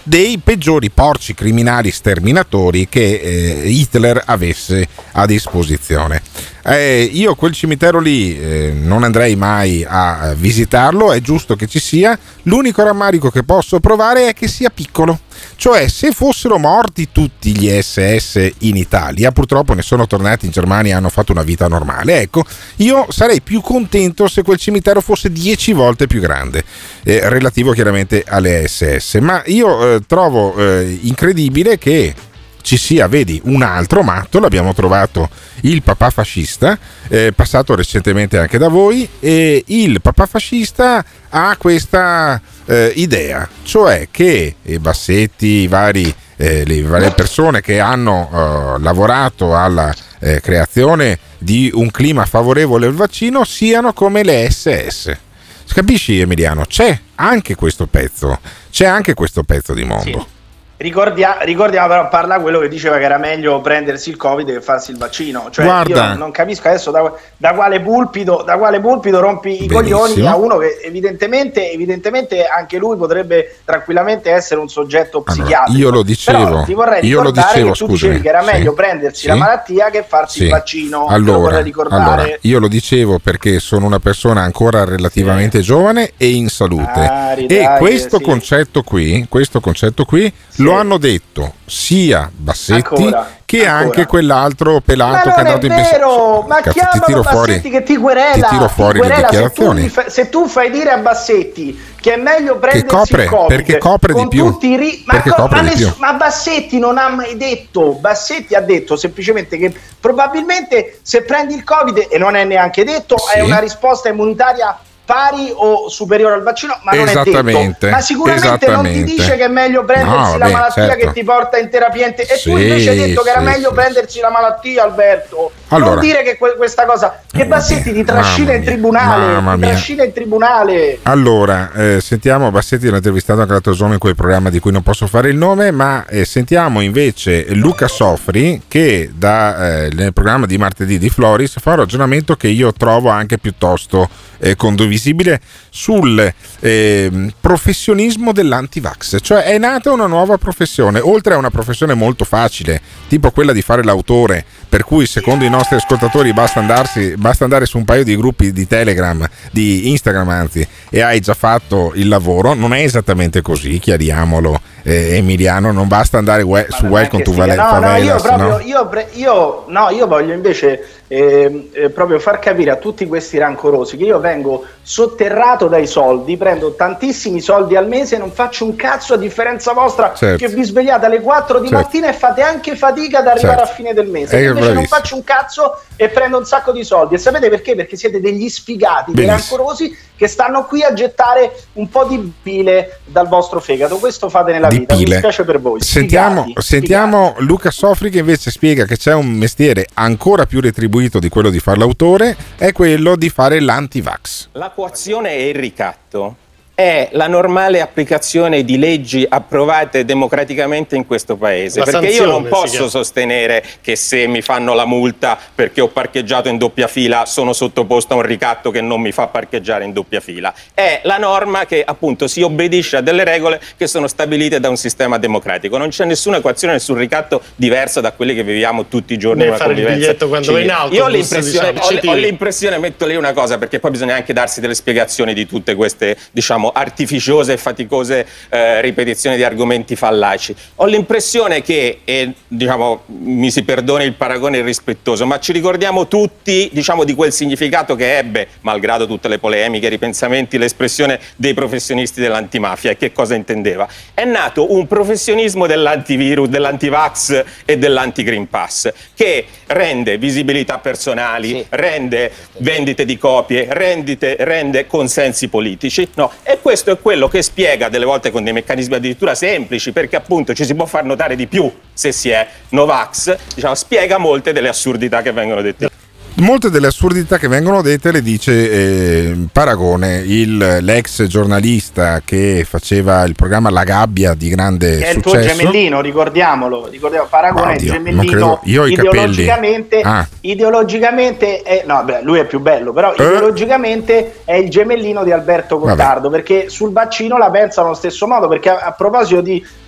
dei peggiori porci criminali sterminatori che eh, Hitler avesse a disposizione. Eh, io quel cimitero lì eh, non andrei mai a visitarlo, è giusto che ci sia. L'unico rammarico che posso provare è che sia piccolo, cioè se fossero morti tutti gli S S in Italia, purtroppo ne sono tornati in Germania e hanno fatto una vita normale, ecco, io sarei più contento se quel cimitero fosse dieci volte più grande, eh, relativo chiaramente alle S S, ma io eh, trovo eh, incredibile che ci sia, vedi, un altro matto, l'abbiamo trovato, il papà fascista, eh, passato recentemente anche da voi, e il papà fascista ha questa eh, idea, cioè che i Bassetti, i vari, eh, le varie persone che hanno eh, lavorato alla eh, creazione di un clima favorevole al vaccino siano come le S S. Capisci, Emiliano? C'è anche questo pezzo, c'è anche questo pezzo di mondo. Sì. Ricordia, ricordiamo però, parla quello che diceva che era meglio prendersi il Covid che farsi il vaccino. Cioè, Guarda, io non capisco adesso da, da quale pulpito da quale pulpito rompi i benissimo. coglioni a uno che evidentemente evidentemente anche lui potrebbe tranquillamente essere un soggetto psichiatrico. Allora, io lo dicevo, però ti vorrei io lo ricordare dicevo, che tu scusami, dicevi che era meglio sì, prendersi sì, la malattia che farsi sì. il vaccino. Allora, allora, ricordare. io lo dicevo perché sono una persona ancora relativamente sì. giovane e in salute. Ah, e ridai, questo sì. concetto qui, questo concetto qui Sì. lo hanno detto sia Bassetti Ancora, che ancora. anche quell'altro pelato Ma che è non è andato in vero, ma Cazzo, ti chiamalo tiro Bassetti fuori, che ti querela, ti tiro fuori ti le querela. Se tu, dichiarazioni. gli fai, se tu fai dire a Bassetti che è meglio prendersi copre, il Covid perché copre con di più, tutti i ri- ma, perché co- copre ma, di ness- più. ma Bassetti non ha mai detto, Bassetti ha detto semplicemente che probabilmente se prendi il Covid, e non è neanche detto, Sì. è una risposta immunitaria pari o superiore al vaccino, ma non è Esattamente, detto. Ma sicuramente non ti esattamente. dice che è meglio prendersi No, la vabbè, malattia certo. che ti porta in terapia in te- e Sì, tu invece hai detto che era sì, meglio sì. prendersi la malattia, Alberto. Allora. Non dire che que- questa cosa che Bassetti ti trascina mamma in mia, tribunale, mamma ti mia. trascina in tribunale. Allora, eh, sentiamo, Bassetti l'ho intervistato anche l'altro giorno in quel programma di cui non posso fare il nome, ma eh, sentiamo invece Luca Sofri che da, eh, nel programma di martedì di Floris fa un ragionamento che io trovo anche piuttosto eh, condivisibile sul eh, professionismo dell'antivax, cioè è nata una nuova professione, oltre a una professione molto facile, tipo quella di fare l'autore, per cui secondo i nostri ascoltatori basta andarsi, basta andare su un paio di gruppi di Telegram, di Instagram anzi, e hai già fatto il lavoro. Non è esattamente così, chiariamolo, eh, Emiliano, non basta andare we- su Welcome to Vale- no, no, io Favelas, proprio no? io, pre- io no, io voglio invece eh, eh, proprio far capire a tutti questi rancorosi che io vengo sotterrato dai soldi, prendo tantissimi soldi al mese e non faccio un cazzo, a differenza vostra, Certo. che vi svegliate alle quattro di Certo. mattina e fate anche fatica ad arrivare Certo. a fine del mese. Eh, Io invece non bravissimo. faccio un cazzo e prendo un sacco di soldi. E sapete perché? Perché siete degli sfigati, dei Benissimo. rancorosi che stanno qui a gettare un po' di bile dal vostro fegato. Questo fate nella Di vita, mi pile. dispiace per voi. Sentiamo, Sfigati, sentiamo Luca Sofri che invece spiega che c'è un mestiere ancora più retribuito di quello di fare l'autore, è quello di fare l'antivax. La coazione e il ricatto è la normale applicazione di leggi approvate democraticamente in questo paese, La perché io sanzione non si posso chiama. sostenere che se mi fanno la multa perché ho parcheggiato in doppia fila sono sottoposto a un ricatto che non mi fa parcheggiare in doppia fila. È la norma che appunto si obbedisce a delle regole che sono stabilite da un sistema democratico. Non c'è nessuna equazione, nessun ricatto diverso da quelli che viviamo tutti i giorni Devi in una fare il convivenza biglietto quando vai in civile. autobus, Io ho l'impressione, diciamo, ho- ho l'impressione, metto lì una cosa, perché poi bisogna anche darsi delle spiegazioni di tutte queste, diciamo, artificiose e faticose eh, ripetizioni di argomenti fallaci. Ho l'impressione che, e diciamo, mi si perdoni il paragone irrispettoso, ma ci ricordiamo tutti, diciamo, di quel significato che ebbe, malgrado tutte le polemiche, i ripensamenti, l'espressione dei professionisti dell'antimafia. E che cosa intendeva? È nato un professionismo dell'antivirus, dell'antivax e dell'anti-Green Pass, che rende visibilità personali, Sì. rende vendite di copie, rendite, rende consensi politici, no? E questo è quello che spiega delle volte con dei meccanismi addirittura semplici, perché appunto ci si può far notare di più se si è Novax, diciamo, spiega molte delle assurdità che vengono dette. Molte delle assurdità che vengono dette le dice eh, Paragone, il, l'ex giornalista che faceva il programma La Gabbia di grande che è il successo. tuo gemellino, ricordiamolo, ricordiamo, Paragone è il Oddio, non gemellino credo- io ho i capelli. ideologicamente, Ah. ideologicamente è, no, beh, lui è più bello, però Eh. ideologicamente è il gemellino di Alberto Gottardo, perché sul vaccino la pensa allo stesso modo, perché a, a proposito di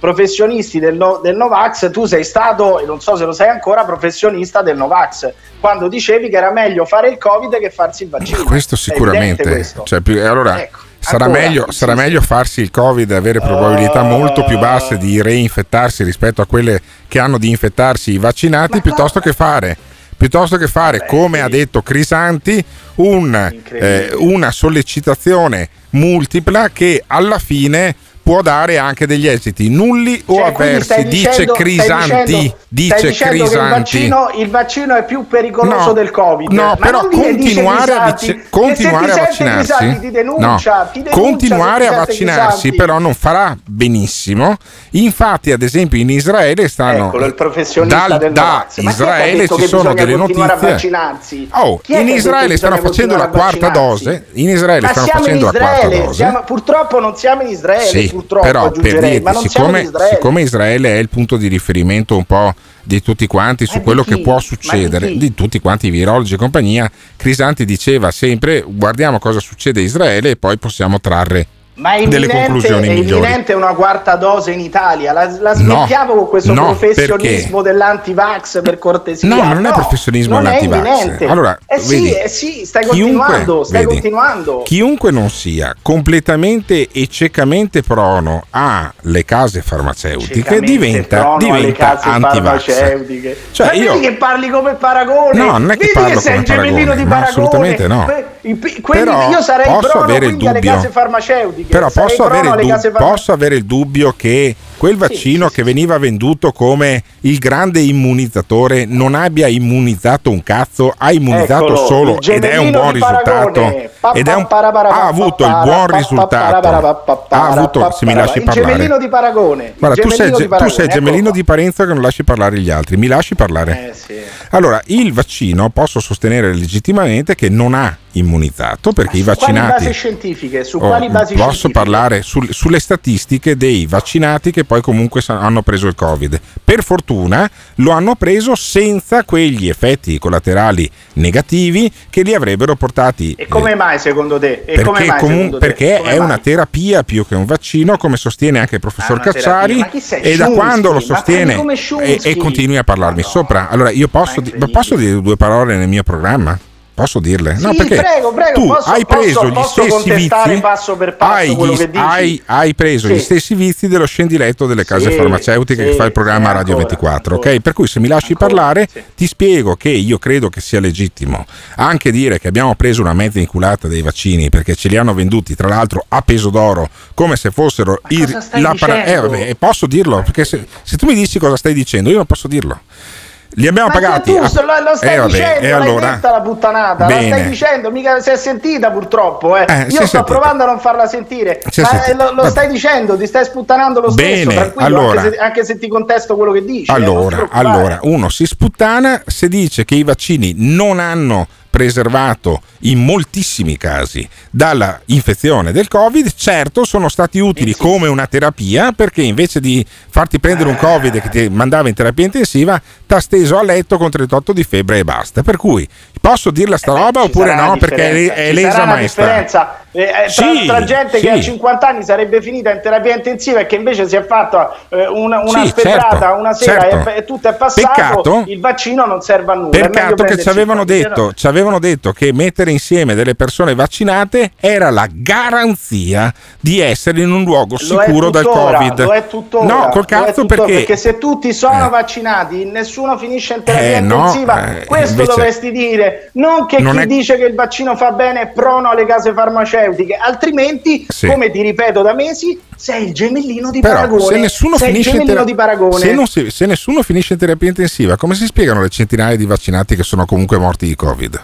professionisti del, no, del Novax, tu sei stato, e non so se lo sei ancora, professionista del Novax, quando dicevi che era meglio fare il Covid che farsi il vaccino. Questo sicuramente, questo. Cioè, più, allora ecco, sarà, ancora, meglio, sì, sarà sì. meglio farsi il Covid e avere probabilità uh, molto più basse di reinfettarsi rispetto a quelle che hanno di infettarsi i vaccinati, piuttosto che fare piuttosto che fare, Vabbè, come sì. ha detto Crisanti, un, eh, una sollecitazione multipla che alla fine può dare anche degli esiti nulli o cioè, avversi, dice dicendo, Crisanti. Stai dicendo, dice stai dicendo Crisanti. Che il, vaccino, il vaccino è più pericoloso no, del Covid. No, Ma però continuare a, Crisanti, vic- continuare a vaccinarsi. Crisanti, ti denuncia, no, ti denuncia continuare a vaccinarsi, Crisanti. però non farà benissimo. Infatti, ad esempio, in Israele stanno. Eccolo, il professionista dal, del da Novax. Ma Israele ci sono delle notizie. A vaccinarsi? Oh, in Israele stanno facendo la quarta dose. In Israele Ma stanno siamo facendo in la quarta Israele, dose. Siamo, purtroppo non siamo in Israele, sì, purtroppo però per dirti, ma non siccome, Israele. siccome Israele è il punto di riferimento un po' di tutti quanti su Ma quello che può succedere, di, di tutti quanti i virologi e compagnia, Crisanti diceva sempre guardiamo cosa succede a Israele e poi possiamo trarre Ma è delle imminente, conclusioni è migliori. imminente una quarta dose in Italia. La, la smettiamo no, con questo no, professionismo perché? dell'antivax, per cortesia. No, non è no, professionismo non dell'antivax. È allora, eh sì, vedi, eh sì, stai chiunque, continuando, stai vedi, continuando. Chiunque non sia completamente e ciecamente prono alle case farmaceutiche Ciecamente diventa, diventa antivax. Cioè, Ma io, vedi che parli come paragone? No, non è che vedi parlo che sei come il gemellino paragone, di no, paragone. assolutamente no. Quindi Però io sarei posso prono avere il quindi alle dubbio. case farmaceutiche. Però sarei posso avere, prono alle il case dub- farma- posso avere il dubbio che quel vaccino sì, sì, che veniva venduto come il grande immunizzatore non abbia immunizzato un cazzo, ha immunizzato Eccolo, solo il ed è un buon gemellino di risultato. Paragone. Pa, Ed è un, pa, pa, pa, ha avuto il buon risultato. Ha avuto, se mi lasci il parlare. gemellino di Paragone. Guarda, tu sei, di tu Paragone, sei il gemellino di Parenzo che non lasci parlare gli altri. Mi lasci parlare? Eh, sì. Allora, il vaccino posso sostenere legittimamente che non ha immunizzato perché Ma i su vaccinati. Quali basi scientifiche? Su Oh, quali basi posso scientifiche? parlare sul, sulle statistiche dei vaccinati che poi comunque sa- hanno preso il Covid. Per fortuna lo hanno preso senza quegli effetti collaterali negativi che li avrebbero portati. E come mai secondo te? E come Perché, mai, comun- secondo te? perché Come è mai? una terapia più che un vaccino, come sostiene anche il professor Ah, una Cacciari, terapia. Ma chi sei, e da Sciunsky? quando lo Ma sostiene prendi come e, Sciunsky? e continui a parlarmi Ma no. sopra. Allora io posso, di- posso dire due parole nel mio programma? Posso dirle? No, Sì, perché prego, prego, tu posso- hai preso posso- gli posso stessi contestare vizi, passo per passo hai, quello gli- che dici? hai, hai preso Sì. gli stessi vizi dello scendiletto delle case Sì, farmaceutiche sì, che fa il programma sì, Radio ancora, ventiquattro, ancora. ok? Per cui se mi lasci Ancora, parlare sì. ti spiego che io credo che sia legittimo anche dire che abbiamo preso una mezza inculata dei vaccini perché ce li hanno venduti tra l'altro a peso d'oro come se fossero Ma i, cosa stai la para- eh, dicendo? vabbè, posso dirlo perché se, se tu mi dici cosa stai dicendo io non posso dirlo. Li abbiamo Ma pagati. tu a- lo, lo stai eh, vabbè, dicendo, e l'hai allora? detta la puttanata, Bene. la stai dicendo, mica si è sentita purtroppo, eh. Eh, si è Io sto sentita. provando a non farla sentire, Si è ma sentita. eh, lo, lo Vabbè. stai dicendo, ti stai sputtanando lo stesso, Bene, tranquillo, allora. anche, se, anche se ti contesto quello che dici. eh, non ti Allora, preoccupare. allora, uno si sputtana se dice che i vaccini non hanno preservato in moltissimi casi dalla infezione del Covid. Certo, sono stati utili come una terapia perché invece di farti prendere un Covid che ti mandava in terapia intensiva, t'ha steso a letto con trentotto di febbre e basta. Per cui posso dirla sta roba Ci oppure sarà no? una Perché è, differenza, è ci lesa sarà una maestra. differenza eh, eh, tra, Sì, tra gente sì. che a cinquanta anni sarebbe finita in terapia intensiva e che invece si è fatta eh, una, una Sì, spedrata certo, una sera certo. e, e tutto è passato. Peccato- il vaccino non serve a nulla. è meglio Peccato che prendersi ci avevano il Covid, detto, no? ci avevano detto che mettere insieme delle persone vaccinate era la garanzia di essere in un luogo Lo è sicuro dal tuttora, Covid. lo è tuttora, No, col lo è cazzo tuttora, perché, perché se tutti sono Eh. vaccinati nessuno finisce in terapia Eh, no, intensiva, eh, questo invece- dovresti dire, non che Non chi è- dice che il vaccino fa bene è prono alle case farmaceutiche, altrimenti Sì. come ti ripeto da mesi sei il gemellino di Però Paragone, se nessuno sei il finisce in gemellino tera- di Paragone. se, non si- se nessuno finisce in terapia intensiva, come si spiegano le centinaia di vaccinati che sono comunque morti di Covid?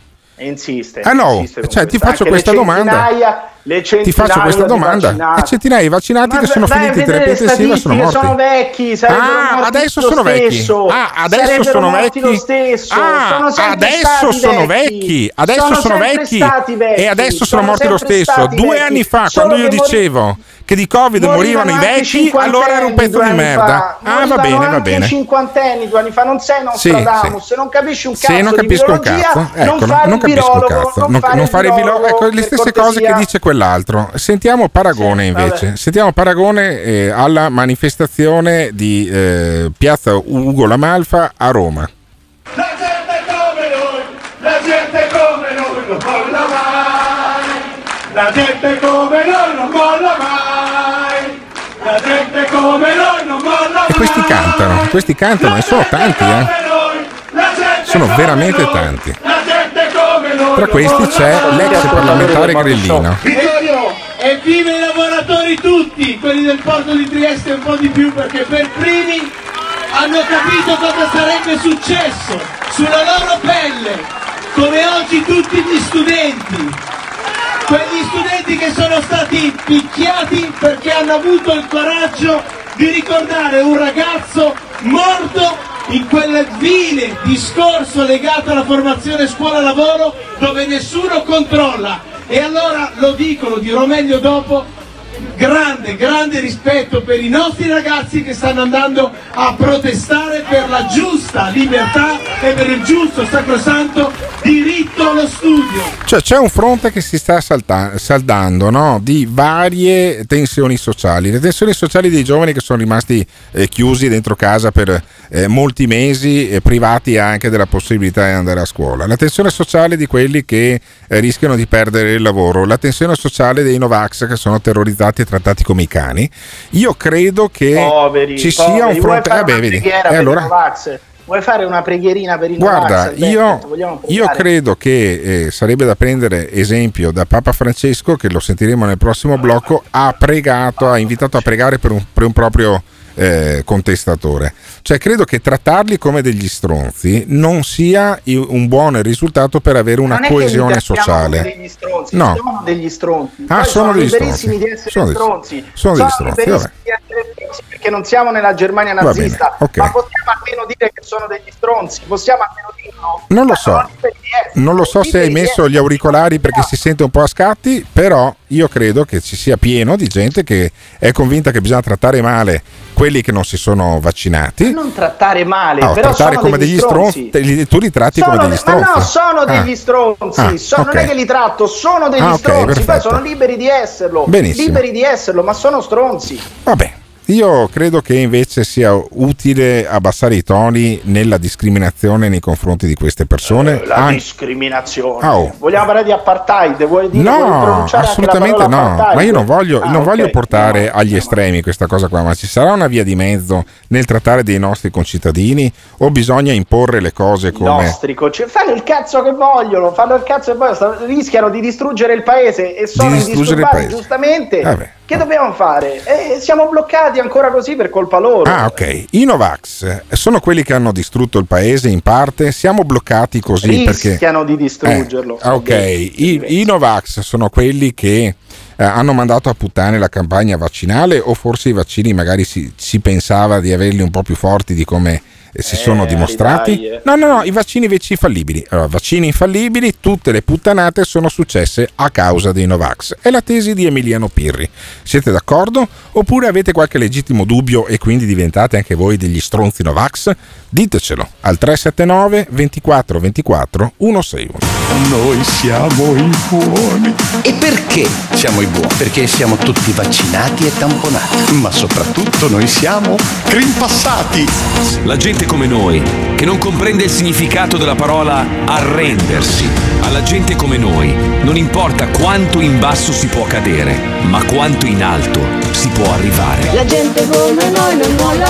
E insiste, Ah no, insiste con cioè, ti questo. faccio Anche questa le domanda. centinaia- le Ti faccio centinaia questa di domanda. vaccinati. E centinaia di vaccinati Ma che sono vai a finiti in vedere terapia le intensiva sono morti. statistiche, sono vecchi, sarebbero Ah, morti adesso lo sono vecchi. stesso. Ah, adesso Sarebbero sono morti vecchi. lo stesso. Ah, sono sempre adesso stati sono vecchi. Adesso sono sempre vecchi. stati vecchi. E adesso sono morti lo sempre stesso. stati Due vecchi. anni fa, Solo quando io che mori- dicevo che di Covid morivano, morivano i vecchi, allora era un pezzo di merda. Ah, va bene, va bene. I cinquantenni due anni fa, non sei Nostradamus, sì, sì. non capisci un cazzo. Se non capisco un cazzo, ecco, non, non capisco un cazzo. Non, non, non fare il virologo, ecco, le stesse cose che dice quell'altro. Sentiamo Paragone sì, invece. Vabbè. Sentiamo Paragone eh, alla manifestazione di eh, Piazza Ugo La Malfa a Roma. La gente come noi, la gente come noi non molla mai. La gente come noi non molla mai. La gente come noi non molla mai. E questi cantano, questi cantano e sono tanti, eh. Sono veramente tanti. Tra questi c'è l'ex parlamentare Grillino. Vittorio, e vive i lavoratori tutti, quelli del porto di Trieste un po' di più, perché per primi hanno capito cosa sarebbe successo sulla loro pelle, come oggi tutti gli studenti, quegli studenti che sono stati picchiati perché hanno avuto il coraggio di ricordare un ragazzo morto in quel vile discorso legato alla formazione scuola-lavoro dove nessuno controlla. E allora lo dico, lo dirò meglio dopo, grande, grande rispetto per i nostri ragazzi che stanno andando a protestare per la giusta libertà e per il giusto sacrosanto diritto allo studio. Cioè c'è un fronte che si sta salta- saldando, no? Di varie tensioni sociali, le tensioni sociali dei giovani che sono rimasti eh, chiusi dentro casa per eh, molti mesi, eh, privati anche della possibilità di andare a scuola, la tensione sociale di quelli che eh, rischiano di perdere il lavoro, la tensione sociale dei Novax che sono terrorizzati e trattati come i cani. Io credo che poveri, ci poveri. sia un fronte. Eh beh, vedi. E allora Novax? Vuoi fare una preghierina per i guarda, Novax? io, io credo che eh, sarebbe da prendere esempio da Papa Francesco, che lo sentiremo nel prossimo blocco. Ha pregato, ha invitato a pregare per un, per un proprio eh, contestatore. Cioè credo che trattarli come degli stronzi non sia un buon risultato per avere una non coesione sociale. Degli stronzi, no, sono degli stronzi. Ah, Poi sono, sono degli liberissimi stronzi. di essere sono stronzi. Degli, sono degli stronzi. Sono liberissimi di essere stronzi perché non siamo nella Germania nazista. Okay. Ma possiamo almeno dire che sono degli stronzi? Possiamo almeno dirlo? Non lo so. Non lo so se hai messo gli auricolari perché si sente un po' a scatti, però io credo che ci sia pieno di gente che è convinta che bisogna trattare male quelli che non si sono vaccinati. Non trattare male, no, però trattare sono come degli degli stronzi. stronzi. Tu li tratti sono come degli stronzi. Ma no, sono ah. degli stronzi. Ah, sono, okay. Non è che li tratto, sono degli ah, okay, stronzi. perfetto. Poi sono liberi di esserlo. Benissimo. Liberi di esserlo, ma sono stronzi. Vabbè. Io credo che invece sia utile abbassare i toni nella discriminazione nei confronti di queste persone. Eh, la An- discriminazione. Oh. Vogliamo parlare di apartheid? Vuoi dire, no, vuoi pronunciare assolutamente anche la no. apartheid? Ma io non voglio, ah, non okay. voglio portare no, agli no. estremi questa cosa qua, ma ci sarà una via di mezzo nel trattare dei nostri concittadini o bisogna imporre le cose come... I nostri concittadini fanno il cazzo che vogliono, fanno il cazzo che vogliono, rischiano di distruggere il paese e sono indisturbati giustamente. Vabbè. Che dobbiamo fare? Eh, siamo bloccati ancora così per colpa loro. Ah, ok. I Novax sono quelli che hanno distrutto il paese in parte. Siamo bloccati così rischiano perché rischiano di distruggerlo. Eh, ok. I, I Novax sono quelli che eh, hanno mandato a puttane la campagna vaccinale, o forse i vaccini magari si, si pensava di averli un po' più forti di come si eh, sono dimostrati. dai, eh. No, no, no, i vaccini invece infallibili. Allora, vaccini infallibili, tutte le puttanate sono successe a causa dei Novax. È la tesi di Emiliano Pirri. Siete d'accordo? Oppure avete qualche legittimo dubbio e quindi diventate anche voi degli stronzi Novax? Ditecelo al tre sette nove ventiquattro ventiquattro centosessantuno. Noi siamo i buoni. E perché siamo i buoni? Perché siamo tutti vaccinati e tamponati. Ma soprattutto noi siamo grimpassati. La gente come noi, che non comprende il significato della parola arrendersi. Alla gente come noi non importa quanto in basso si può cadere, ma quanto in alto si può arrivare. La gente come noi non molla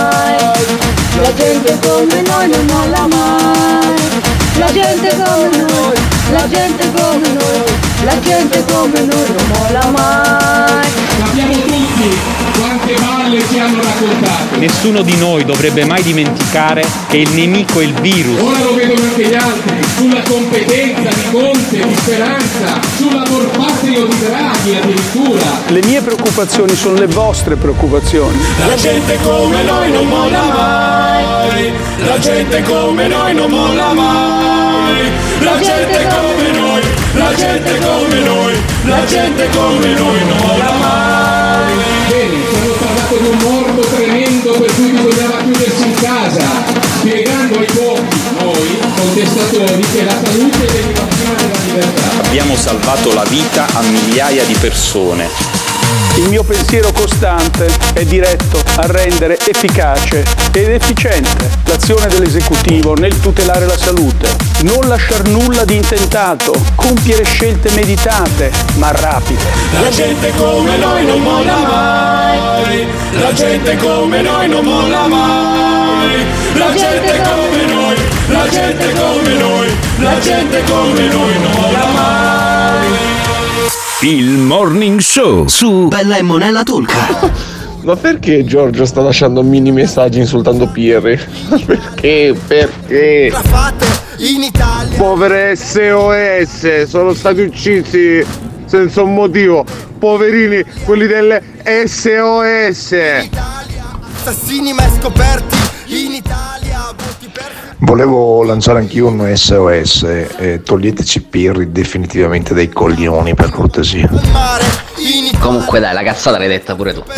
mai. La gente come noi non molla mai. La gente come noi, la gente come noi, la gente come noi non molla mai. Sappiamo tutti quante balle ci hanno raccontato. Nessuno di noi dovrebbe mai dimenticare che il nemico è il virus. Ora lo vedono anche gli altri, sulla competenza di Conte, di Speranza, sull'amor patrio di Draghi addirittura. Le mie preoccupazioni sono le vostre preoccupazioni. La gente come noi non molla mai. La gente come noi non molla mai. La gente come noi, la gente come noi, la gente come noi non molla mai. di che la salute è l'etica prima della libertà. Abbiamo salvato la vita a migliaia di persone. Il mio pensiero costante è diretto a rendere efficace ed efficiente l'azione dell'esecutivo nel tutelare la salute, non lasciar nulla di intentato, compiere scelte meditate ma rapide. La gente come noi non molla mai, la gente come noi non molla mai, la gente come noi, la gente come noi, la gente come noi non molla mai. Il Morning Show su Bella e Monella Talk. Ma perché Giorgio sta lasciando mini messaggi insultando Pirri? Perché? Perché? Povere S O S, sono stati uccisi senza un motivo. Poverini, quelli delle S O S. Assassini mai scoperti in Italia. Volevo lanciare anch'io un S O S, eh, toglieteci Pirri definitivamente dai coglioni, per cortesia. Comunque dai, la cazzata l'hai detta pure tu.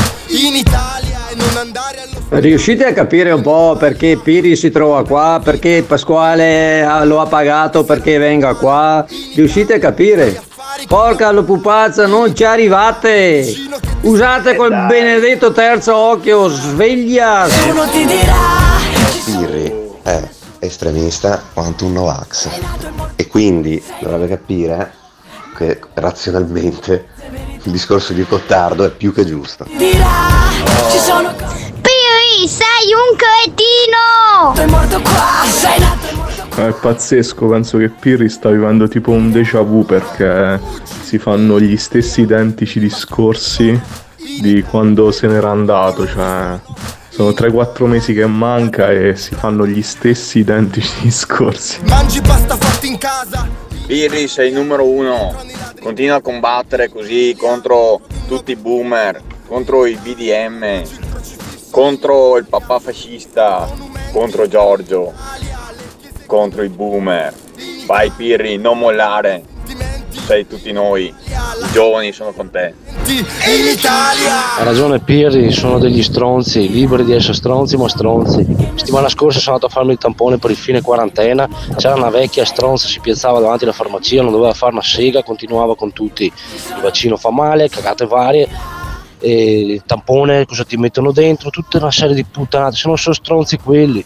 Riuscite a capire un po' perché Pirri si trova qua, perché Pasquale lo ha pagato perché venga qua? Riuscite a capire? Porca la pupazza, non ci arrivate! Usate quel benedetto terzo occhio, sveglia! Uno ti dirà. Pirri è estremista quanto un Novax e quindi dovrebbe capire che razionalmente il discorso di Cottardo è più che giusto. Ci sono Pirri, sei un cretino! Sei morto qua, sei nato. È pazzesco, penso che Pirri sta vivendo tipo un déjà vu perché si fanno gli stessi identici discorsi di quando se n'era andato, cioè sono tre quattro mesi che manca e si fanno gli stessi identici discorsi. Mangi pasta fatta in casa. Pirri, sei il numero uno, continua a combattere così contro tutti i boomer, contro i B D M, contro il papà fascista, contro Giorgio, contro i boomer. Vai Pirri, non mollare, sei tutti noi, i giovani sono con te. Ha ragione Pirri, sono degli stronzi, liberi di essere stronzi ma stronzi. Settimana scorsa sono andato a farmi il tampone per il fine quarantena, c'era una vecchia stronza, si piazzava davanti alla farmacia, non doveva fare una sega, continuava con tutti. Il vaccino fa male, cagate varie, e il tampone cosa ti mettono dentro, tutta una serie di puttanate, se non sono stronzi quelli.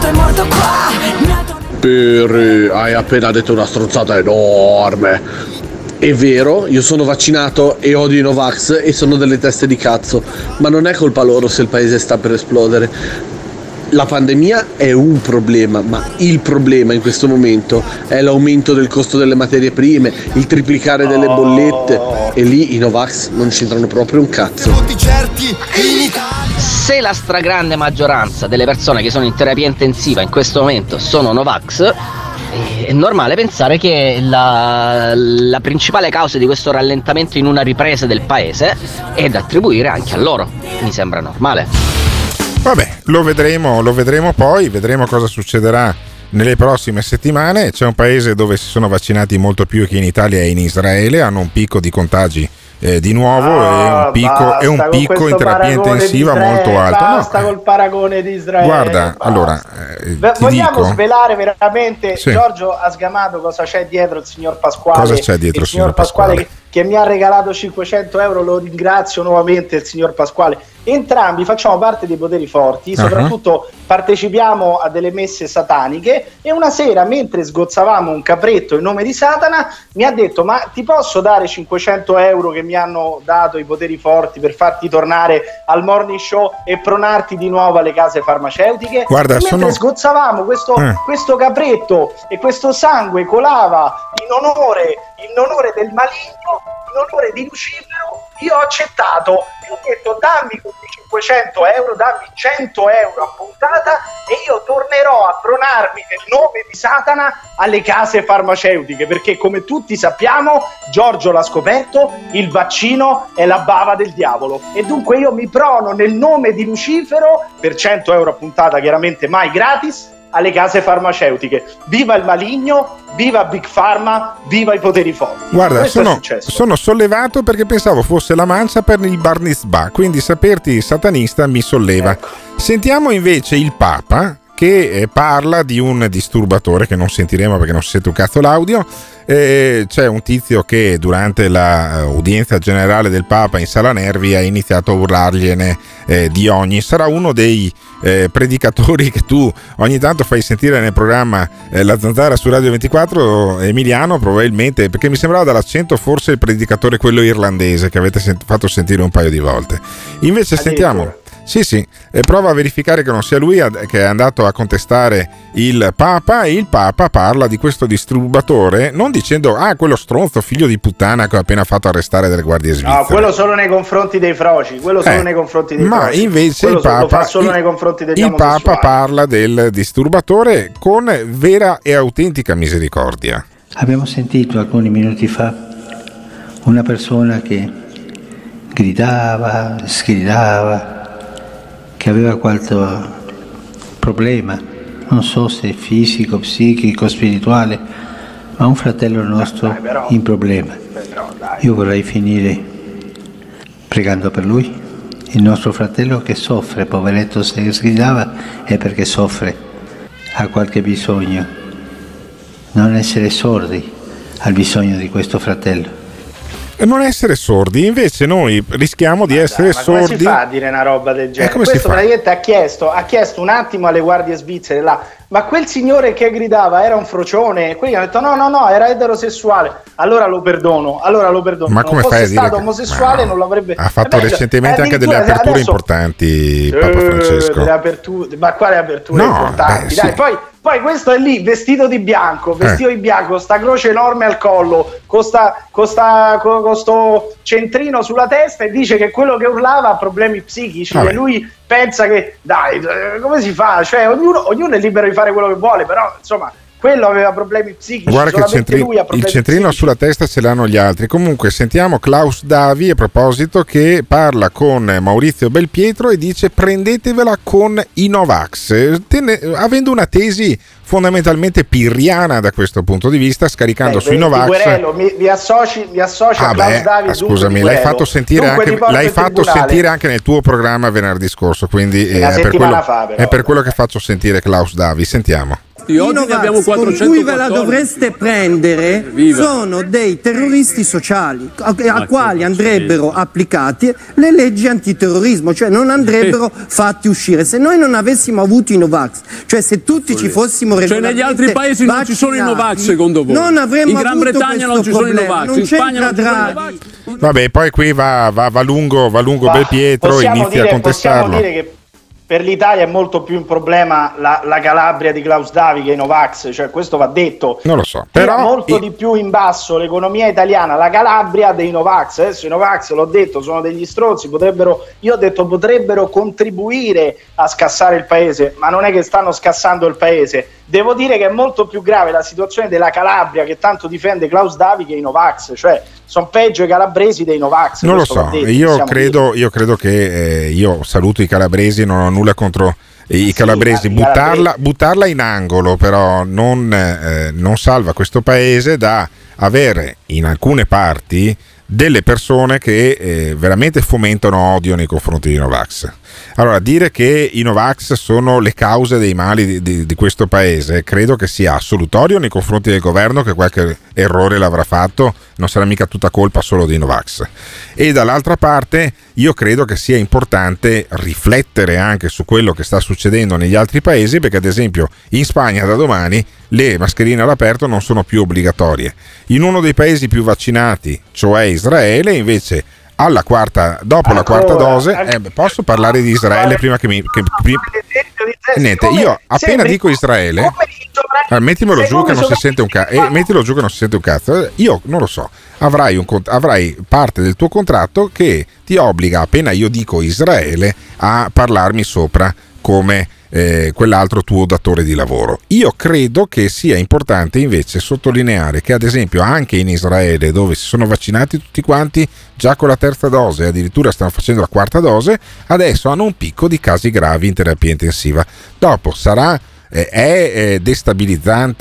Pirri, hai appena detto una stronzata enorme. È vero, io sono vaccinato e odio i Novax e sono delle teste di cazzo, ma non è colpa loro se il paese sta per esplodere. La pandemia è un problema, ma il problema in questo momento è l'aumento del costo delle materie prime, il triplicare delle bollette, e lì i Novax non c'entrano proprio un cazzo. Se la stragrande maggioranza delle persone che sono in terapia intensiva in questo momento sono Novax, è normale pensare che la, la principale causa di questo rallentamento in una ripresa del paese è da attribuire anche a loro. Mi sembra normale. Vabbè, lo vedremo, lo vedremo poi, vedremo cosa succederà nelle prossime settimane. C'è un paese dove si sono vaccinati molto più che in Italia e in Israele, hanno un picco di contagi eh, di nuovo oh, e un picco, e un picco in terapia intensiva molto alto. Basta no, col paragone di Israele. Guarda, basta. allora eh, ti vogliamo dico, svelare veramente, sì. Giorgio ha sgamato cosa c'è dietro il signor Pasquale. Cosa c'è dietro il signor Pasquale? Pasquale che, che mi ha regalato cinquecento euro, lo ringrazio nuovamente il signor Pasquale. Entrambi facciamo parte dei poteri forti, soprattutto uh-huh. partecipiamo a delle messe sataniche, e una sera mentre sgozzavamo un capretto in nome di Satana mi ha detto: ma ti posso dare cinquecento euro che mi hanno dato i poteri forti per farti tornare al morning show e pronarti di nuovo alle case farmaceutiche? Guarda, e mentre sono... sgozzavamo questo, eh. questo capretto e questo sangue colava in onore, in onore del maligno, in onore di Lucifero, io ho accettato e ho detto: dammi questi cinquecento euro, dammi cento euro a puntata e io tornerò a pronarmi nel nome di Satana alle case farmaceutiche, perché come tutti sappiamo, Giorgio l'ha scoperto, il vaccino è la bava del diavolo, e dunque io mi prono nel nome di Lucifero per cento euro a puntata, chiaramente mai gratis, alle case farmaceutiche. Viva il maligno, viva Big Pharma, viva i poteri forti. Guarda, sono, sono sollevato perché pensavo fosse la mancia per il Bar Mitzvah, quindi saperti satanista mi solleva. Ecco. Sentiamo invece il Papa che eh, parla di un disturbatore che non sentiremo perché non si sente un cazzo l'audio. Eh, c'è un tizio che durante l'udienza generale del Papa in Sala Nervi ha iniziato a urlargliene eh, di ogni. Sarà uno dei eh, predicatori che tu ogni tanto fai sentire nel programma eh, La Zanzara su Radio ventiquattro, Emiliano, probabilmente, perché mi sembrava dall'accento forse il predicatore quello irlandese che avete sent- fatto sentire un paio di volte. Invece sentiamo. Sì, sì, e prova a verificare che non sia lui ad, che è andato a contestare il Papa, e il Papa parla di questo disturbatore non dicendo ah, quello stronzo figlio di puttana che ho appena fatto arrestare delle guardie svizzere. No, quello solo nei confronti dei froci, quello solo eh, nei confronti dei ma froci. invece quello il Papa, lo fa solo il, nei confronti degli il Papa omosessuali. parla del disturbatore con vera e autentica misericordia. Abbiamo sentito alcuni minuti fa una persona che gridava, sgridava, che aveva qualche problema, non so se fisico, psichico, spirituale, ma un fratello nostro dai, però, in problema. Però, Io vorrei finire pregando per lui, il nostro fratello che soffre, poveretto, se sgridava è perché soffre, ha qualche bisogno. Non essere sordi al bisogno di questo fratello. Non essere sordi, invece noi rischiamo di ma essere dai, ma sordi. Come si fa a dire una roba del genere? Come Questo praticamente ha chiesto, ha chiesto un attimo alle guardie svizzere là, ma quel signore che gridava era un frocione? Quelli hanno detto no, no, no, era eterosessuale. Allora lo perdono, allora lo perdono. Ma come non fai fosse a dire stato che... omosessuale no. non l'avrebbe. Ha fatto Vabbè, recentemente anche delle aperture adesso... importanti Papa Francesco. Eh, aperture... Ma quale aperture no, importanti? beh, Dai, sì. poi Poi questo è lì vestito di bianco, vestito eh. di bianco, sta croce enorme al collo, con sta, con sta, con, con sto centrino sulla testa, e dice che quello che urlava ha problemi psichici. Vabbè. E lui pensa che, dai, come si fa? Cioè, ognuno, ognuno è libero di fare quello che vuole, però insomma, quello aveva problemi psichici. Guarda che il, centri- lui ha il centrino psichici. Sulla testa ce l'hanno gli altri. Comunque sentiamo Klaus Davi a proposito, che parla con Maurizio Belpietro e dice prendetevela con i Novax, Tene- avendo una tesi fondamentalmente pirriana da questo punto di vista, scaricando eh, sui Novax. Guerello, mi, mi associ, mi associ ah a Klaus beh, Davi. Scusami, l'hai fatto sentire, anche, l'hai fatto sentire anche nel tuo programma venerdì scorso, quindi eh, è, per quello, fa, però, è per quello che faccio sentire Klaus Davi. Sentiamo. Oggi ne abbiamo con cui ve la dovreste prendere Viva. Sono dei terroristi sociali a, a quali andrebbero applicate le leggi antiterrorismo, cioè non andrebbero fatti uscire. Se noi non avessimo avuto i Novax, cioè se tutti ci fossimo cioè negli altri paesi non ci sono i Novax, secondo voi? Non avremmo in Gran Bretagna non ci sono i Novax, non in Spagna non ci sono i Novax. Vabbè, poi qui va, va, va lungo, va lungo Belpietro, inizia dire, a contestarlo. Possiamo dire che per l'Italia è molto più un problema la, la Calabria di Klaus Davi che i Novax, cioè questo va detto. Non lo so, però però molto i... di più in basso l'economia italiana, la Calabria dei Novax. Adesso i Novax, l'ho detto, sono degli stronzi, potrebbero, io ho detto potrebbero contribuire a scassare il paese, ma non è che stanno scassando il paese. Devo dire che è molto più grave la situazione della Calabria, che tanto difende Klaus Davi, che i Novax, cioè sono peggio i calabresi dei Novax. Non lo so, detto, io, credo, io credo che eh, io saluto i calabresi, non ho nulla contro i sì, calabresi, buttarla, buttarla in angolo però non, eh, non salva questo paese da avere in alcune parti delle persone che eh, veramente fomentano odio nei confronti dei Novax. Allora, dire che i Novax sono le cause dei mali di, di, di questo paese credo che sia assolutorio nei confronti del governo, che qualche errore l'avrà fatto, non sarà mica tutta colpa solo dei Novax. E dall'altra parte io credo che sia importante riflettere anche su quello che sta succedendo negli altri paesi, perché ad esempio in Spagna da domani le mascherine all'aperto non sono più obbligatorie. In uno dei paesi più vaccinati, cioè Israele, invece alla quarta, dopo ancora, la quarta dose eh, posso parlare di Israele prima che mi che, prima, niente, io appena dico Israele eh, mettimelo giù che non si sente un cazzo eh, mettilo giù che non si sente un cazzo io non lo so, avrai, un, avrai parte del tuo contratto che ti obbliga, appena io dico Israele, a parlarmi sopra come Eh, quell'altro tuo datore di lavoro. Io credo che sia importante invece sottolineare che ad esempio anche in Israele, dove si sono vaccinati tutti quanti già con la terza dose, addirittura stanno facendo la quarta dose, adesso hanno un picco di casi gravi in terapia intensiva. Dopo sarà eh, è eh, destabilizzante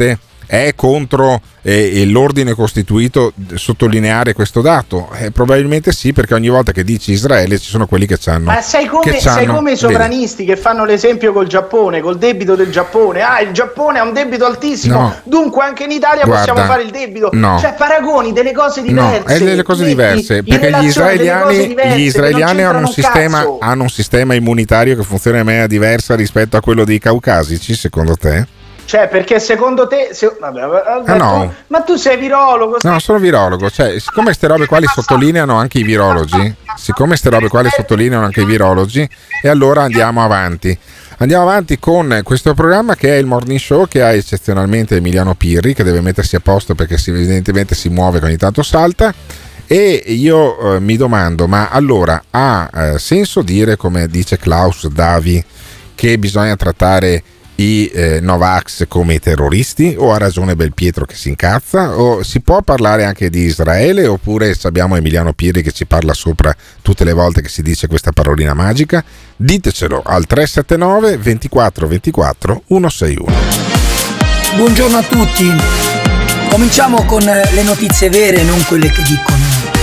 è contro eh, l'ordine costituito sottolineare questo dato? Eh, probabilmente sì, perché ogni volta che dici Israele ci sono quelli che c'hanno. Ma sei come, che sei come i sovranisti vedi, che fanno l'esempio col Giappone, col debito del Giappone. Ah, il Giappone ha un debito altissimo, no, dunque anche in Italia guarda, possiamo fare il debito. No. Cioè paragoni delle cose diverse. No, è delle cose Metti diverse, perché gli israeliani, gli israeliani hanno un sistema hanno un sistema immunitario che funziona in maniera diversa rispetto a quello dei caucasici, secondo te? Cioè, perché secondo te se, vabbè, vabbè, Ah, no. tu, ma tu sei virologo? No, sono virologo, cioè, siccome ste robe qua le sottolineano anche i virologi, siccome ste robe qua le sottolineano anche i virologi, e allora andiamo avanti. Andiamo avanti con questo programma che è il Morning Show, che ha eccezionalmente Emiliano Pirri, che deve mettersi a posto perché si, evidentemente si muove, che ogni tanto salta. E io eh, mi domando, ma allora ha eh, senso dire, come dice Klaus Davi, che bisogna trattare i eh, Novax come terroristi, o ha ragione Belpietro che si incazza, o si può parlare anche di Israele, oppure abbiamo Emiliano Pirri che ci parla sopra tutte le volte che si dice questa parolina magica? Ditecelo al tre sette nove ventiquattro ventiquattro centosessantuno. Buongiorno a tutti, cominciamo con le notizie vere, non quelle che dicono.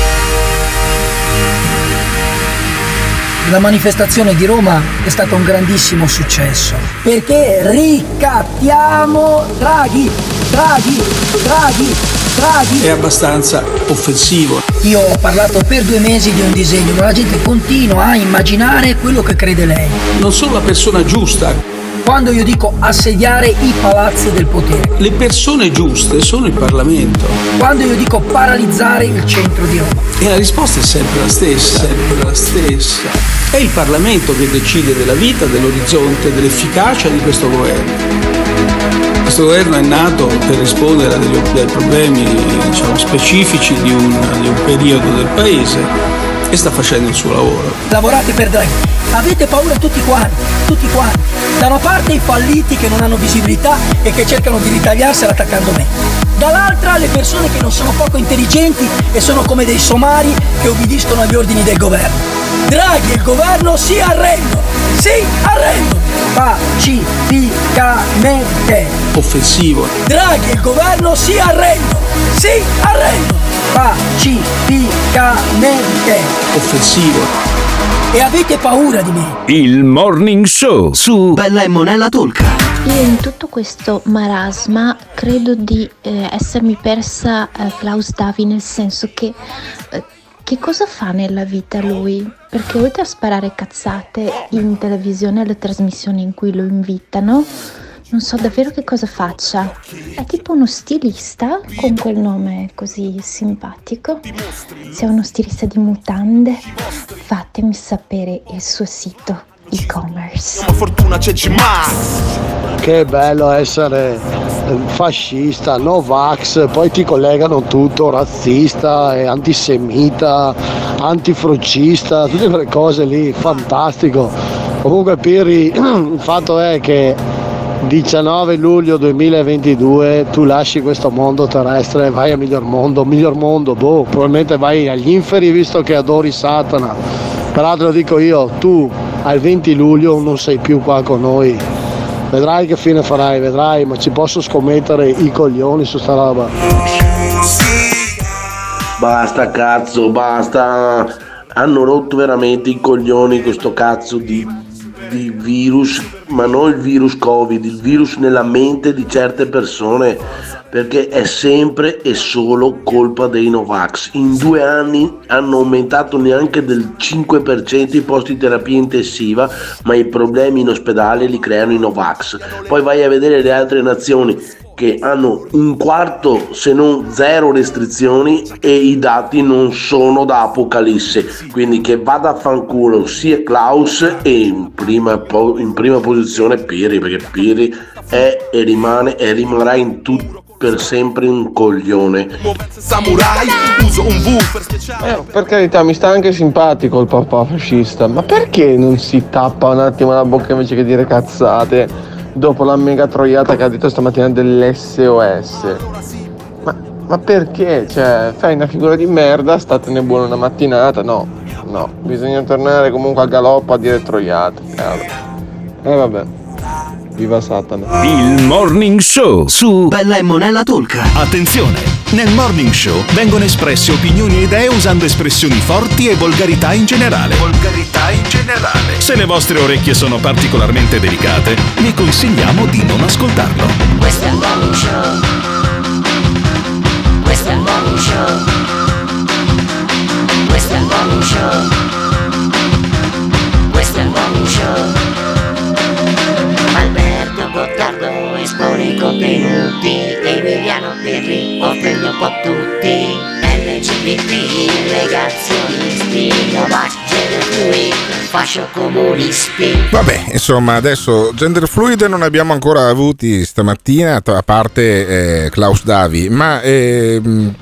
La manifestazione di Roma è stata un grandissimo successo perché ricattiamo Draghi, Draghi, Draghi, Draghi. È abbastanza offensivo. Io ho parlato per due mesi di un disegno, ma la gente continua a immaginare quello che crede lei. Non sono la persona giusta. Quando io dico assediare i palazzi del potere. Le persone giuste sono il Parlamento. Quando io dico paralizzare il centro di Roma. E la risposta è sempre la stessa, sempre la stessa. È il Parlamento che decide della vita, dell'orizzonte, dell'efficacia di questo governo. Questo governo è nato per rispondere a degli, dei problemi, diciamo, specifici di un, di un periodo del Paese e sta facendo il suo lavoro. Lavorate per Draghi. Avete paura tutti quanti, tutti quanti. Da una parte i falliti che non hanno visibilità e che cercano di ritagliarsela attaccando me. Dall'altra le persone che non sono poco intelligenti e sono come dei somari che obbediscono agli ordini del governo. Draghi e il governo si arrendono, si arrendono, pacificamente. Offensivo. Draghi e il governo si arrendono, si arrendono, pacificamente. Offensivo. E avete paura di me? Il Morning Show su Bella e Monella Talk. Io in tutto questo marasma credo di eh, essermi persa eh, Klaus Davi, nel senso che eh, che cosa fa nella vita lui? Perché oltre a sparare cazzate in televisione alle trasmissioni in cui lo invitano, non so davvero che cosa faccia. È tipo uno stilista con quel nome così simpatico. Se è uno stilista di mutande, fatemi sapere il suo sito e-commerce. Che bello essere fascista, Novax, poi ti collegano tutto, razzista, e antisemita, antifrocista, tutte quelle cose lì, fantastico. Comunque Pirri, il fatto è che diciannove luglio duemilaventidue tu lasci questo mondo terrestre, vai a miglior mondo, miglior mondo, boh, probabilmente vai agli inferi visto che adori Satana. Peraltro lo dico io, tu al venti luglio non sei più qua con noi, vedrai che fine farai, vedrai, ma ci posso scommettere i coglioni su sta roba. Basta cazzo, basta, hanno rotto veramente i coglioni questo cazzo di, di virus, ma non il virus Covid, il virus nella mente di certe persone, perché è sempre e solo colpa dei Novax. In due anni hanno aumentato neanche del cinque per cento i posti di terapia intensiva, ma i problemi in ospedale li creano i Novax. Poi vai a vedere le altre nazioni che hanno un quarto se non zero restrizioni e i dati non sono da apocalisse, quindi che vada a fanculo sia Klaus e in prima, po- in prima posizione Pirri, perché Pirri è e rimane e rimarrà in tutto per sempre un coglione. Eh, per carità, mi sta anche simpatico il papà fascista, ma perché non si tappa un attimo la bocca invece che dire cazzate dopo la mega troiata che ha detto stamattina dell'esse o esse? Ma, ma perché? Cioè, fai una figura di merda, statene buono una mattinata? No, no, bisogna tornare comunque al galoppo a dire troiate. Eh vabbè. Eh, vabbè. Viva Satana. Il Morning Show su Bella e Monella Talk. Attenzione! Nel Morning Show vengono espresse opinioni e idee usando espressioni forti e volgarità in generale. Volgarità in generale. Se le vostre orecchie sono particolarmente delicate, vi consigliamo di non ascoltarlo. Questo è il Morning Show. Questo è il Morning Show. Questo è il Morning Show. Questo è il Morning Show. Alberto Gottardo espone i contenuti, Emiliano Pirri offende un po' tutti, L G B T, negazionisti, Novax, gender fluid, fascio comunisti. Vabbè, insomma, adesso gender fluid non abbiamo ancora avuti stamattina, a parte eh, Klaus Davi, ma eh,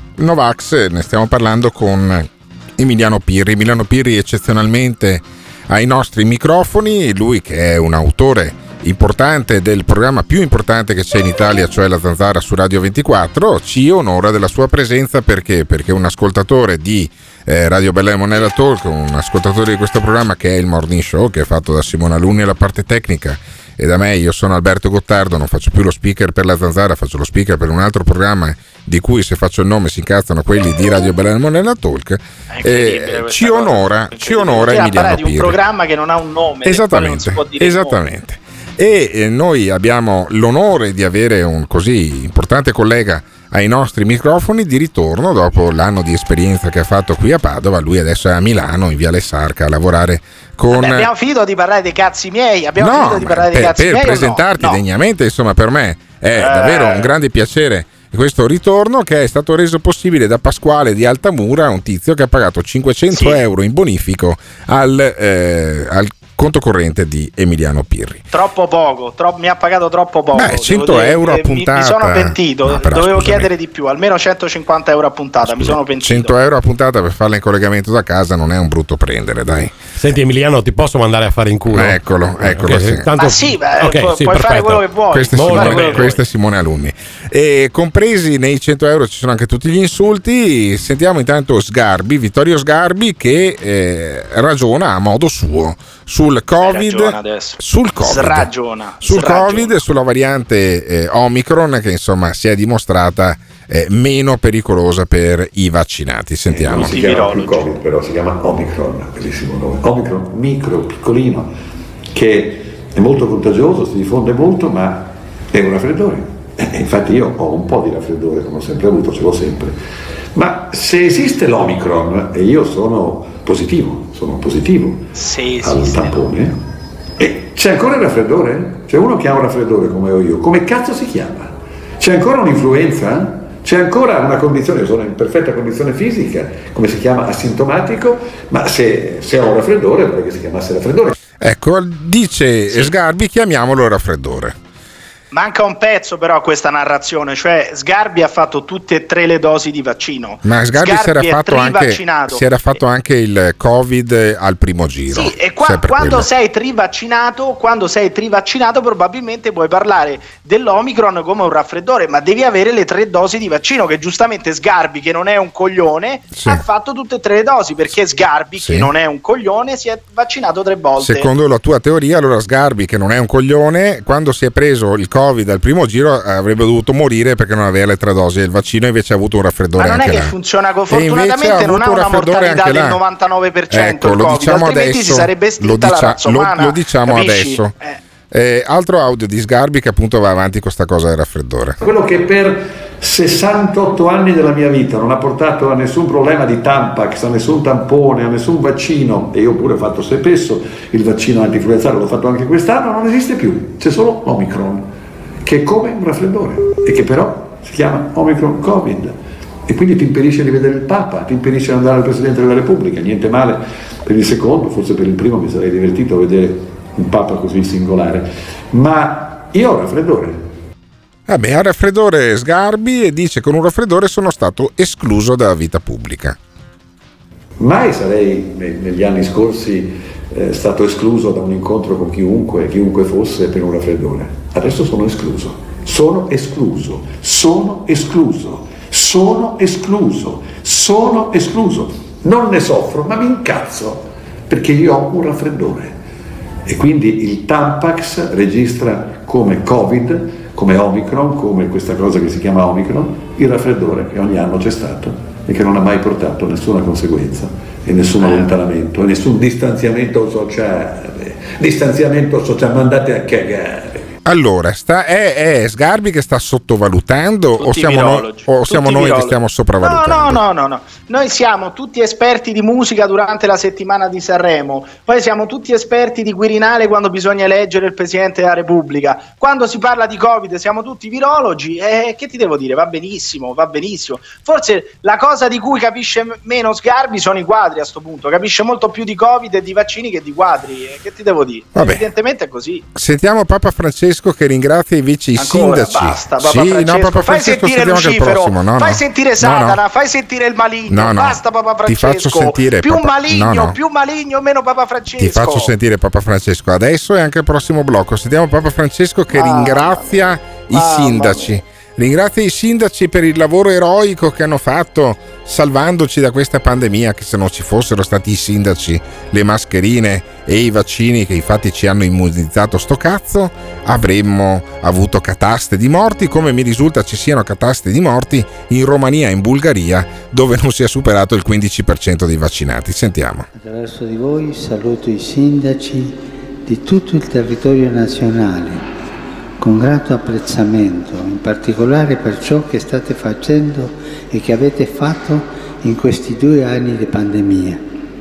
Novax ne stiamo parlando con Emiliano Pirri. Emiliano Pirri eccezionalmente ai nostri microfoni, lui che è un autore importante del programma più importante che c'è in Italia, cioè La Zanzara su Radio ventiquattro, ci onora della sua presenza. Perché? Perché un ascoltatore di eh, Radio Bella e Monella Talk, un ascoltatore di questo programma che è il Morning Show, che è fatto da Simone Alunni alla parte tecnica e da me, io sono Alberto Gottardo, non faccio più lo speaker per La Zanzara, faccio lo speaker per un altro programma di cui, se faccio il nome, si incazzano quelli di Radio Bella e Monella Talk. Eh, ci onora, ci onora Emiliano Pirri. Di un programma che non ha un nome. Esattamente, esattamente. E eh, noi abbiamo l'onore di avere un così importante collega ai nostri microfoni di ritorno dopo l'anno di esperienza che ha fatto qui a Padova. Lui adesso è a Milano, in Viale Sarca, a lavorare con... Vabbè, abbiamo finito di parlare dei cazzi miei, abbiamo no, finito di parlare per, dei cazzi per miei presentarti no? No. degnamente, insomma, per me è eh. davvero un grande piacere questo ritorno, che è stato reso possibile da Pasquale di Altamura, un tizio che ha pagato cinquecento sì. euro in bonifico al, eh, al conto corrente di Emiliano Pirri. Troppo poco, tro- mi ha pagato troppo poco. Beh, cento euro a puntata. Mi, mi sono pentito, no, però, dovevo scusami. chiedere di più, almeno centocinquanta euro a puntata. Scusa, mi sono pentito. cento euro a puntata per farla in collegamento da casa non è un brutto prendere, dai. Senti Emiliano, ti posso mandare a fare in culo? Eccolo, eccolo. Okay, sì. Tanto... Ma sì, beh, okay, pu- sì, puoi perfetto. fare quello che vuoi. Questo è Simone, questo è Simone Alunni. E compresi nei cento euro ci sono anche tutti gli insulti. Sentiamo intanto Sgarbi, Vittorio Sgarbi, che eh, ragiona a modo suo sul Covid, sul Covid, sragiona, sul sragiona. Covid e sulla variante eh, Omicron, che insomma si è dimostrata eh, meno pericolosa per i vaccinati. Sentiamo. Non si chiama più Covid, però si chiama Omicron, bellissimo nome. Omicron, micro, piccolino, che è molto contagioso, si diffonde molto, ma è un raffreddore. E infatti io ho un po' di raffreddore, come ho sempre avuto, ce l'ho sempre. Ma se esiste l'Omicron e io sono positivo, sono positivo sì, al sì, tampone, sì. E c'è ancora il raffreddore? C'è uno che ha un raffreddore come ho io, come cazzo si chiama? C'è ancora un'influenza? C'è ancora una condizione, io sono in perfetta condizione fisica, come si chiama, asintomatico, ma se, se ho un raffreddore vorrei che si chiamasse raffreddore. Ecco, dice sì. Sgarbi, chiamiamolo raffreddore. Manca un pezzo però a questa narrazione, cioè Sgarbi ha fatto tutte e tre le dosi di vaccino. Ma Sgarbi, Sgarbi si, era fatto anche, si era fatto anche il Covid al primo giro. Sì, e qua, quando sei trivaccinato, quando sei trivaccinato probabilmente puoi parlare dell'Omicron come un raffreddore, ma devi avere le tre dosi di vaccino, che giustamente Sgarbi, che non è un coglione, sì. ha fatto tutte e tre le dosi, perché Sgarbi, sì. che non è un coglione, si è vaccinato tre volte. Secondo la tua teoria, allora Sgarbi, che non è un coglione, quando si è preso il Covid al primo giro avrebbe dovuto morire perché non aveva le tre dosi del vaccino, invece ha avuto un raffreddore anche là. Ma non è che là. funziona, fortunatamente non ha una mortalità del novantanove per cento, ecco, il lo COVID, diciamo altrimenti adesso, si sarebbe estinta lo, dicia- la razza umana, lo, lo diciamo capisci? adesso. Eh. Eh, altro audio di Sgarbi che appunto va avanti con questa cosa del raffreddore. Quello che per sessantotto anni della mia vita non ha portato a nessun problema di Tampax, a nessun tampone, a nessun vaccino, e io pure ho fatto spesso il vaccino antinfluenzale, l'ho fatto anche quest'anno, non esiste più, c'è solo Omicron, che è come un raffreddore e che però si chiama Omicron Covid, e quindi ti impedisce di vedere il Papa, ti impedisce di andare al Presidente della Repubblica. Niente male per il secondo, forse per il primo mi sarei divertito a vedere un Papa così singolare, ma io ho raffreddore. Vabbè, ha raffreddore Sgarbi e dice: con un raffreddore sono stato escluso dalla vita pubblica. Mai sarei negli anni scorsi eh, stato escluso da un incontro con chiunque, chiunque fosse, per un raffreddore. Adesso sono escluso, sono escluso, sono escluso, sono escluso, sono escluso. Non ne soffro, ma mi incazzo, perché io ho un raffreddore. E quindi il Tampax registra come Covid, come Omicron, come questa cosa che si chiama Omicron, il raffreddore che ogni anno c'è stato e che non ha mai portato nessuna conseguenza e nessun allontanamento e nessun distanziamento sociale. Distanziamento sociale, mandate a cagare. Allora, sta, è, è Sgarbi che sta sottovalutando Tutti o siamo, noi, o siamo noi che stiamo sopravvalutando? No, no, no, no, no. Noi siamo tutti esperti di musica durante la settimana di Sanremo, poi siamo tutti esperti di Quirinale quando bisogna eleggere il Presidente della Repubblica. Quando si parla di Covid siamo tutti virologi e che ti devo dire? Va benissimo, va benissimo. Forse la cosa di cui capisce meno Sgarbi sono i quadri a sto punto, capisce molto più di Covid e di vaccini che di quadri. E che ti devo dire? Vabbè. Evidentemente è così. Sentiamo Papa Francesco che ringrazia invece i Ancora, sindaci. basta, Papa sì, Francesco. no, Papa Fai Francesco, sentire sentiamo anche il Lucifero, prossimo. No, fai no. sentire No, no. Satana, fai sentire il maligno. No, no. Basta Papa Francesco. Ti faccio sentire più Papa- maligno, no, no. più maligno, meno Papa Francesco. Ti faccio sentire Papa Francesco adesso e anche il prossimo blocco. Sentiamo Papa Francesco che Ah, ringrazia i mamma sindaci. Ringrazia i sindaci per il lavoro eroico che hanno fatto salvandoci da questa pandemia, che se non ci fossero stati i sindaci, le mascherine e i vaccini che infatti ci hanno immunizzato sto cazzo, avremmo avuto cataste di morti, come mi risulta ci siano cataste di morti in Romania e in Bulgaria, dove non si è superato il quindici per cento dei vaccinati. Sentiamo. Attraverso di voi saluto i sindaci di tutto il territorio nazionale con grato apprezzamento, in particolare per ciò che state facendo e che avete fatto in questi due anni di pandemia.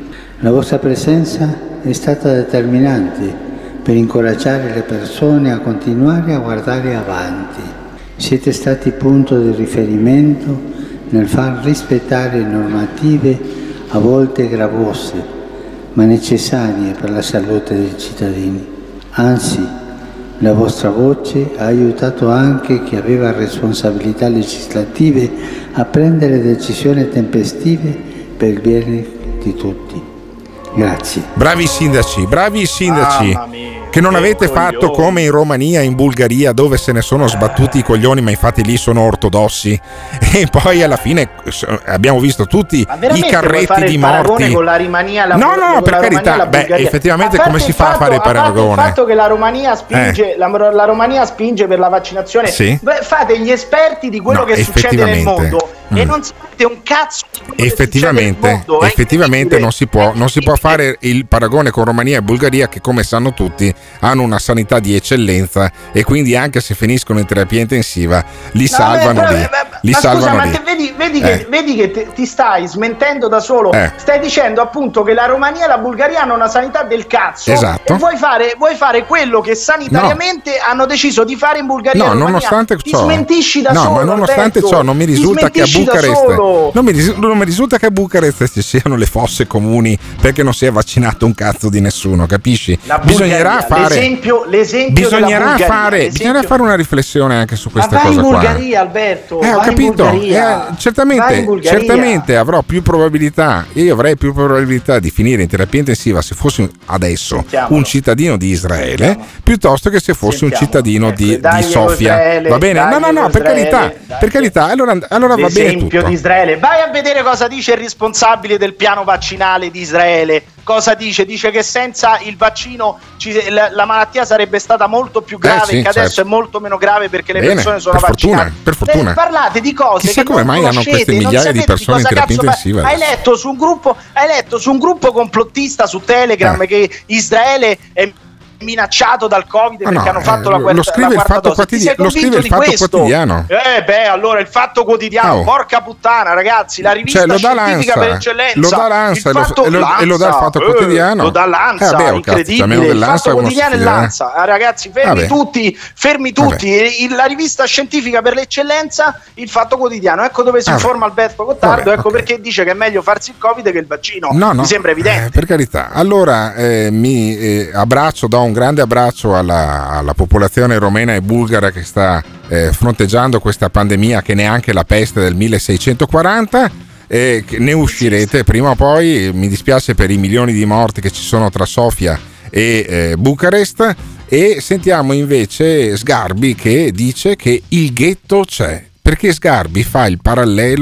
La vostra presenza è stata determinante per incoraggiare le persone a continuare a guardare avanti. Siete stati punto di riferimento nel far rispettare normative a volte gravose, ma necessarie per la salute dei cittadini. Anzi, la vostra voce ha aiutato anche chi aveva responsabilità legislative a prendere decisioni tempestive per il bene di tutti. Grazie. Bravi sindaci, bravi sindaci. Che non avete fatto come in Romania e in Bulgaria, dove se ne sono sbattuti i coglioni, ma infatti lì sono ortodossi. E poi alla fine abbiamo visto tutti i carretti di morti. Con la Rimania, la no, no, con per la carità, Romania, beh, Bulgaria. effettivamente A come parte si il fa a fatto- fare il a parte paragone? Il fatto che la Romania spinge, la, la Romania spinge per la vaccinazione. Sì. Beh, fate gli esperti di quello No, che succede nel effettivamente. mondo e Mm. non sapete un cazzo di quello che Effettivamente, succede nel mondo. È effettivamente incredibile. non si può, non si può fare il paragone con Romania e Bulgaria, che come sanno tutti hanno una sanità di eccellenza e quindi anche se finiscono in terapia intensiva li No, salvano beh, lì, beh, beh, li ma salvano scusa, ma lì. te vedi, vedi Eh. che, vedi che te- ti stai smentendo da solo. Eh. Stai dicendo appunto che la Romania e la Bulgaria hanno una sanità del cazzo. Esatto. E vuoi fare, vuoi fare quello che sanitariamente hanno deciso di fare in Bulgaria No, e Romania. nonostante Ti ciò, smentisci da no, solo. ma nonostante Alberto. ciò non mi Ti risulta che a smentisci da Bucarest solo. non mi, ris- non mi risulta che a Bucarest ci siano le fosse comuni perché non si è vaccinato un cazzo di nessuno, capisci? La Bisognerà Bulgaria, fare l'esempio, l'esempio della bisognerà Bulgaria, fare l'esempio- bisognerà fare una riflessione anche su Ma questa vai cosa in qua. Bulgaria, Alberto. Eh, ho vai in capito, Bulgaria. eh, Vai in certamente, Bulgaria. certamente avrò più probabilità, io avrei più probabilità di finire in terapia intensiva se fossi un- adesso Sentiamolo. un cittadino di Israele piuttosto che se fossi un Sentiamo. cittadino Ecco, di, dai, di Sofia. Israele, Va bene? dai, No, no, no, per Israele, carità, dai. per carità, allora, allora va bene L'esempio tutto. di Israele. Vai a vedere cosa dice il responsabile del piano vaccinale di Israele. Cosa dice? Dice che senza il vaccino ci- la, la malattia sarebbe stata molto più grave, Eh, sì, che adesso certo. è molto meno grave perché le Bene, persone sono per fortuna, vaccinate. per fortuna. Eh, parlate di cose Chissà che come non mai hanno conoscete, queste non migliaia di sapete persone in cosa terapia cazzo fa- intensiva Hai adesso. letto su un gruppo, hai letto su un gruppo complottista su Telegram Eh. che Israele è minacciato dal Covid Ah, perché no, hanno fatto eh, la lo quarta, scrive la il quarta Fatto dose. Ti Quotidiano- sei lo scrive convinto il Fatto di questo? Quotidiano. Eh beh, allora il Fatto Quotidiano, Oh. porca puttana, ragazzi, la rivista Cioè, lo dà scientifica l'Ansa, per eccellenza. lo dà l'Ansa Il e lo- Fatto- e lo- e lo dà il Fatto eh, Quotidiano. Lo dà l'Ansa, Eh, vabbè, oh, cazzo, incredibile. almeno Il dell'Ansa Fatto è uno Quotidiano e stile, eh. l'Ansa. Eh, ragazzi, fermi Vabbè. tutti, fermi tutti. Il- la rivista scientifica per l'eccellenza, il Fatto Quotidiano. Ecco dove si Vabbè. informa Alberto Gottardo, Vabbè, ecco ok. perché dice che è meglio farsi il Covid che il vaccino. No, no, Mi sembra evidente. eh, per carità. Allora eh, mi eh, abbraccio, do un grande abbraccio alla, alla popolazione romena e bulgara che sta eh, fronteggiando questa pandemia che neanche la peste del milleseicentoquaranta. Eh, che ne uscirete prima o poi. Mi dispiace per i milioni di morti che ci sono tra Sofia e eh, Bucarest. E sentiamo invece Sgarbi che dice che il ghetto c'è, perché Sgarbi fa il parallelo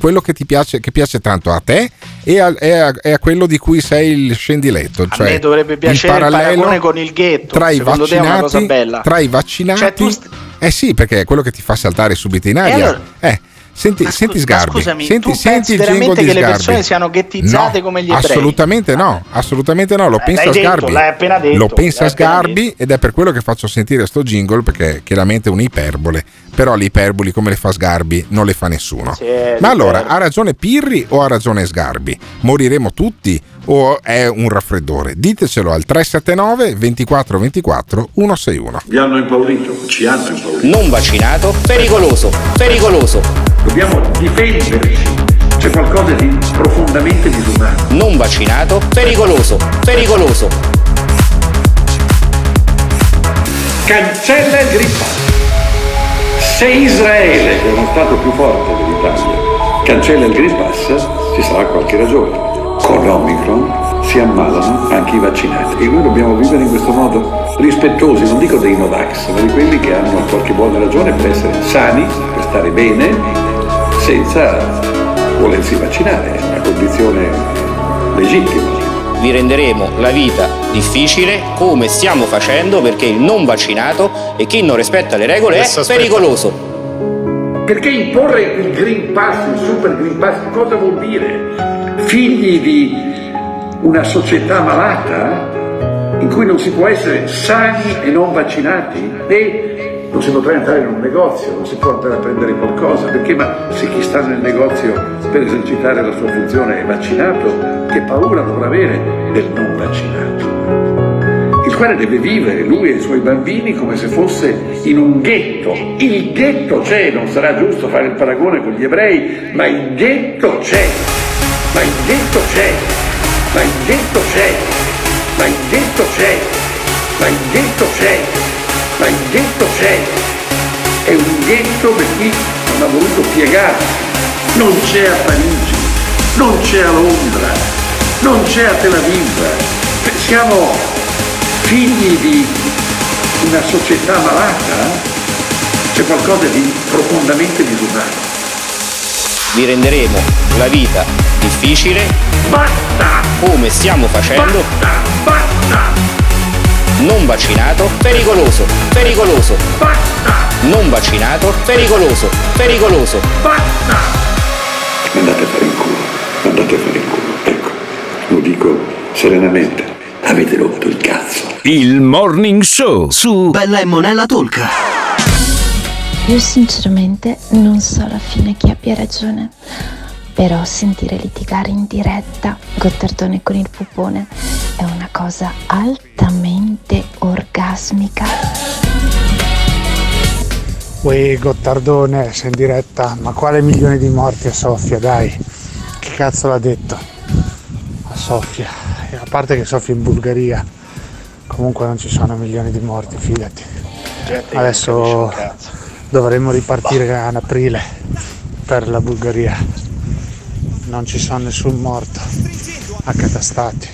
quello che ti piace, che piace tanto a te e a, e a, e a quello di cui sei il scendiletto. A cioè me dovrebbe piacere il, il paragone con il ghetto. Tra i Secondo te è una cosa vaccinati, bella? tra i vaccinati, Cioè, tu st- eh sì, perché è quello che ti fa saltare subito in aria. allora- eh. Senti, Ma scu- senti ma Sgarbi, scusami, senti, tu senti pensi il jingle veramente di che le Sgarbi. persone siano ghettizzate No, come gli ebrei? assolutamente no, assolutamente no, lo Eh, pensa l'hai detto, Sgarbi. l'hai appena detto, lo pensa l'hai appena Sgarbi ed è per quello che faccio sentire sto jingle, perché chiaramente è un'iperbole, però le iperboli come le fa Sgarbi non le fa nessuno. Sì, è Ma allora, iperbole. ha ragione Pirri o ha ragione Sgarbi? Moriremo tutti o è un raffreddore? Ditecelo al tre sette nove ventiquattro ventiquattro centosessantuno. Vi hanno impaurito, ci hanno impaurito. Non vaccinato, pericoloso, pericoloso. Dobbiamo difenderci. C'è qualcosa di profondamente disumano. Non vaccinato, pericoloso, pericoloso. Cancella il Green Pass. Se Israele, che è uno stato più forte dell'Italia, cancella il Green Pass, ci sarà qualche ragione. Con Omicron si ammalano anche i vaccinati e noi dobbiamo vivere in questo modo, rispettosi, non dico dei Novax, ma di quelli che hanno qualche buona ragione per essere sani, per stare bene, senza volersi vaccinare. È una condizione legittima. Vi renderemo la vita difficile come stiamo facendo, perché il non vaccinato e chi non rispetta le regole Adesso è aspetta. pericoloso. Perché imporre il Green Pass, il Super Green Pass, cosa vuol dire? Figli di una società malata in cui non si può essere sani e non vaccinati e non si potrà entrare in un negozio, non si può andare a prendere qualcosa, perché ma se chi sta nel negozio per esercitare la sua funzione è vaccinato, che paura dovrà avere del non vaccinato? Il quale deve vivere lui e i suoi bambini come se fosse in un ghetto. Il ghetto c'è, non sarà giusto fare il paragone con gli ebrei, ma il ghetto c'è, ma il ghetto c'è, ma il ghetto c'è, ma il ghetto c'è, ma il ghetto c'è, ma il ghetto c'è. È un ghetto per chi non ha voluto piegarsi. Non c'è a Parigi, non c'è a Londra, non c'è a Tel Aviv. Siamo figli di una società malata. C'è qualcosa di profondamente disumano. Vi renderemo la vita difficile. Basta! Come stiamo facendo. Basta! Basta! Non vaccinato, pericoloso, pericoloso. Basta! Non vaccinato, pericoloso, pericoloso. Basta! Andate a fare in culo, andate a fare in culo, ecco, lo dico serenamente, avete rotto il cazzo. Il Morning Show su Bella e Monella Talk. Io sinceramente non so alla fine chi abbia ragione, però sentire litigare in diretta Gottardone con il pupone è una cosa altamente orgasmica. Uè, Gottardone, sei in diretta, ma quale milioni di morti a Sofia, dai? Che cazzo l'ha detto? A Sofia, e a parte che Sofia è in Bulgaria, comunque non ci sono milioni di morti, fidati. Adesso dovremmo ripartire ad aprile per la Bulgaria. Non ci sono nessun morto, accatastati.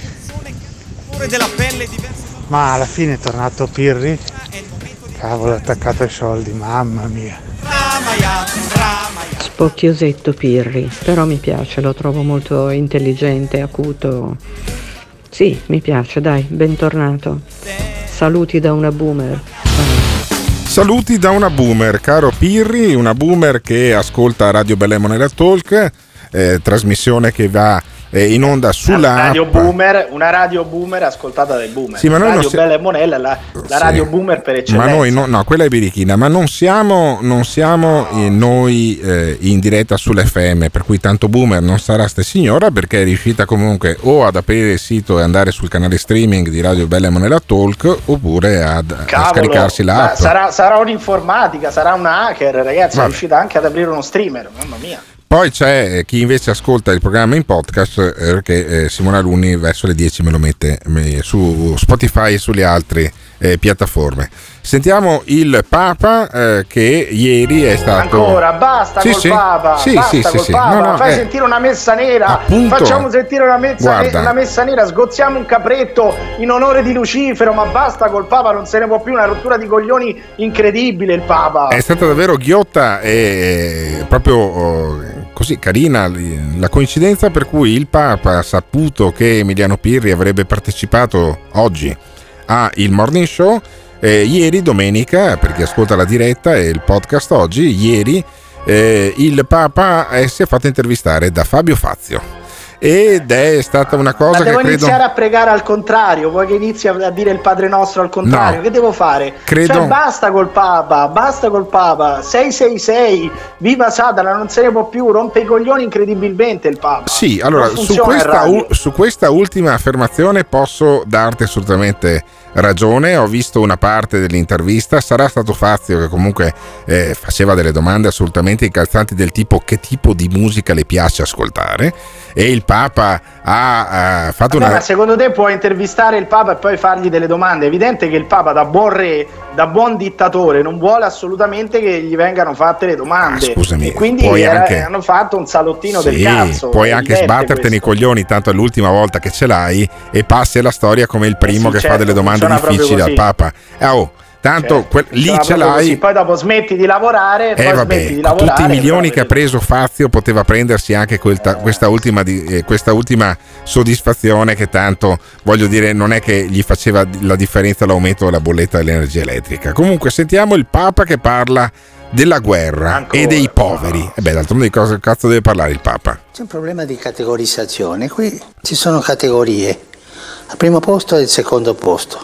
Ma alla fine è tornato Pirri. Cavolo, attaccato ai soldi, mamma mia. Spocchiosetto Pirri, però mi piace, lo trovo molto intelligente, acuto. Sì, mi piace, dai, bentornato. Saluti da una boomer. Saluti da una boomer, caro Pirri, una boomer che ascolta Radio Bella e Monella Talk, eh, trasmissione che va eh, in onda sulla radio app. boomer, una radio boomer ascoltata dai boomer. Sì, ma noi Radio non si- Bella e Monella è la, la Sì. radio boomer per eccellenza. Ma noi no, no, quella è birichina, ma non siamo, non siamo eh, noi eh, in diretta sull'F M, per cui tanto boomer non sarà sta signora, perché è riuscita comunque o ad aprire il sito e andare sul canale streaming di Radio Bella e Monella Talk, oppure ad, a Cavolo, scaricarsi ma l'app. sarà, sarà un'informatica, sarà una hacker, ragazzi, Vabbè. è riuscita anche ad aprire uno streamer, mamma mia. Poi c'è chi invece ascolta il programma in podcast, eh, perché eh, Simone Alunni verso le dieci me lo mette eh, su Spotify e sulle altre eh, piattaforme. Sentiamo il Papa eh, che ieri è stato... Ancora, basta Sì, col sì. Papa, Sì, basta sì, col sì, sì. Papa, No, no, fai eh. sentire una messa nera, Appunto. facciamo sentire una messa, Guarda. una messa nera, sgozziamo un capretto in onore di Lucifero, ma basta col Papa, non se ne può più, una rottura di coglioni incredibile il Papa. È stata davvero ghiotta e proprio oh, così carina la coincidenza per cui il Papa ha saputo che Emiliano Pirri avrebbe partecipato oggi a Il Morning Show. Eh, ieri domenica, per chi ascolta la diretta e il podcast oggi, ieri eh, il Papa eh, si è fatto intervistare da Fabio Fazio. Ed è stata una cosa Ma devo che credo... iniziare a pregare al contrario, vuoi che inizi a dire il Padre Nostro al contrario? No. Che devo fare? Credo... Cioè basta col Papa, basta col Papa, sei sei sei, viva Satana, non se ne può più, rompe i coglioni incredibilmente il Papa. Sì, allora su questa, u- su questa ultima affermazione posso darti assolutamente ragione. Ho visto una parte dell'intervista, sarà stato Fazio che comunque eh, faceva delle domande assolutamente incalzanti del tipo: che tipo di musica le piace ascoltare? E il Papa ha, ha fatto Vabbè, una... Ma secondo te puoi intervistare il Papa e poi fargli delle domande? È evidente che il Papa, da buon re, da buon dittatore, non vuole assolutamente che gli vengano fatte le domande. Ah, scusami, e quindi puoi era, anche... hanno fatto un salottino Sì, del cazzo. puoi anche sbattertene i coglioni, tanto è l'ultima volta che ce l'hai e passi alla storia come il primo Eh sì, che certo, fa delle domande difficili al Papa. Eh, oh, tanto Certo, que- lì funziona ce proprio l'hai. così. Poi dopo smetti di lavorare, Eh poi vabbè, smetti di con lavorare. tutti i milioni però- che ha preso Fazio poteva prendersi anche questa, questa, ultima di, eh, questa ultima soddisfazione, che tanto, voglio dire, non è che gli faceva la differenza l'aumento della bolletta dell'energia elettrica. Comunque sentiamo il Papa che parla della guerra Ancora. e dei poveri. E beh, d'altronde di cosa cazzo deve parlare il Papa? C'è un problema di categorizzazione. Qui ci sono categorie, al primo posto e al secondo posto.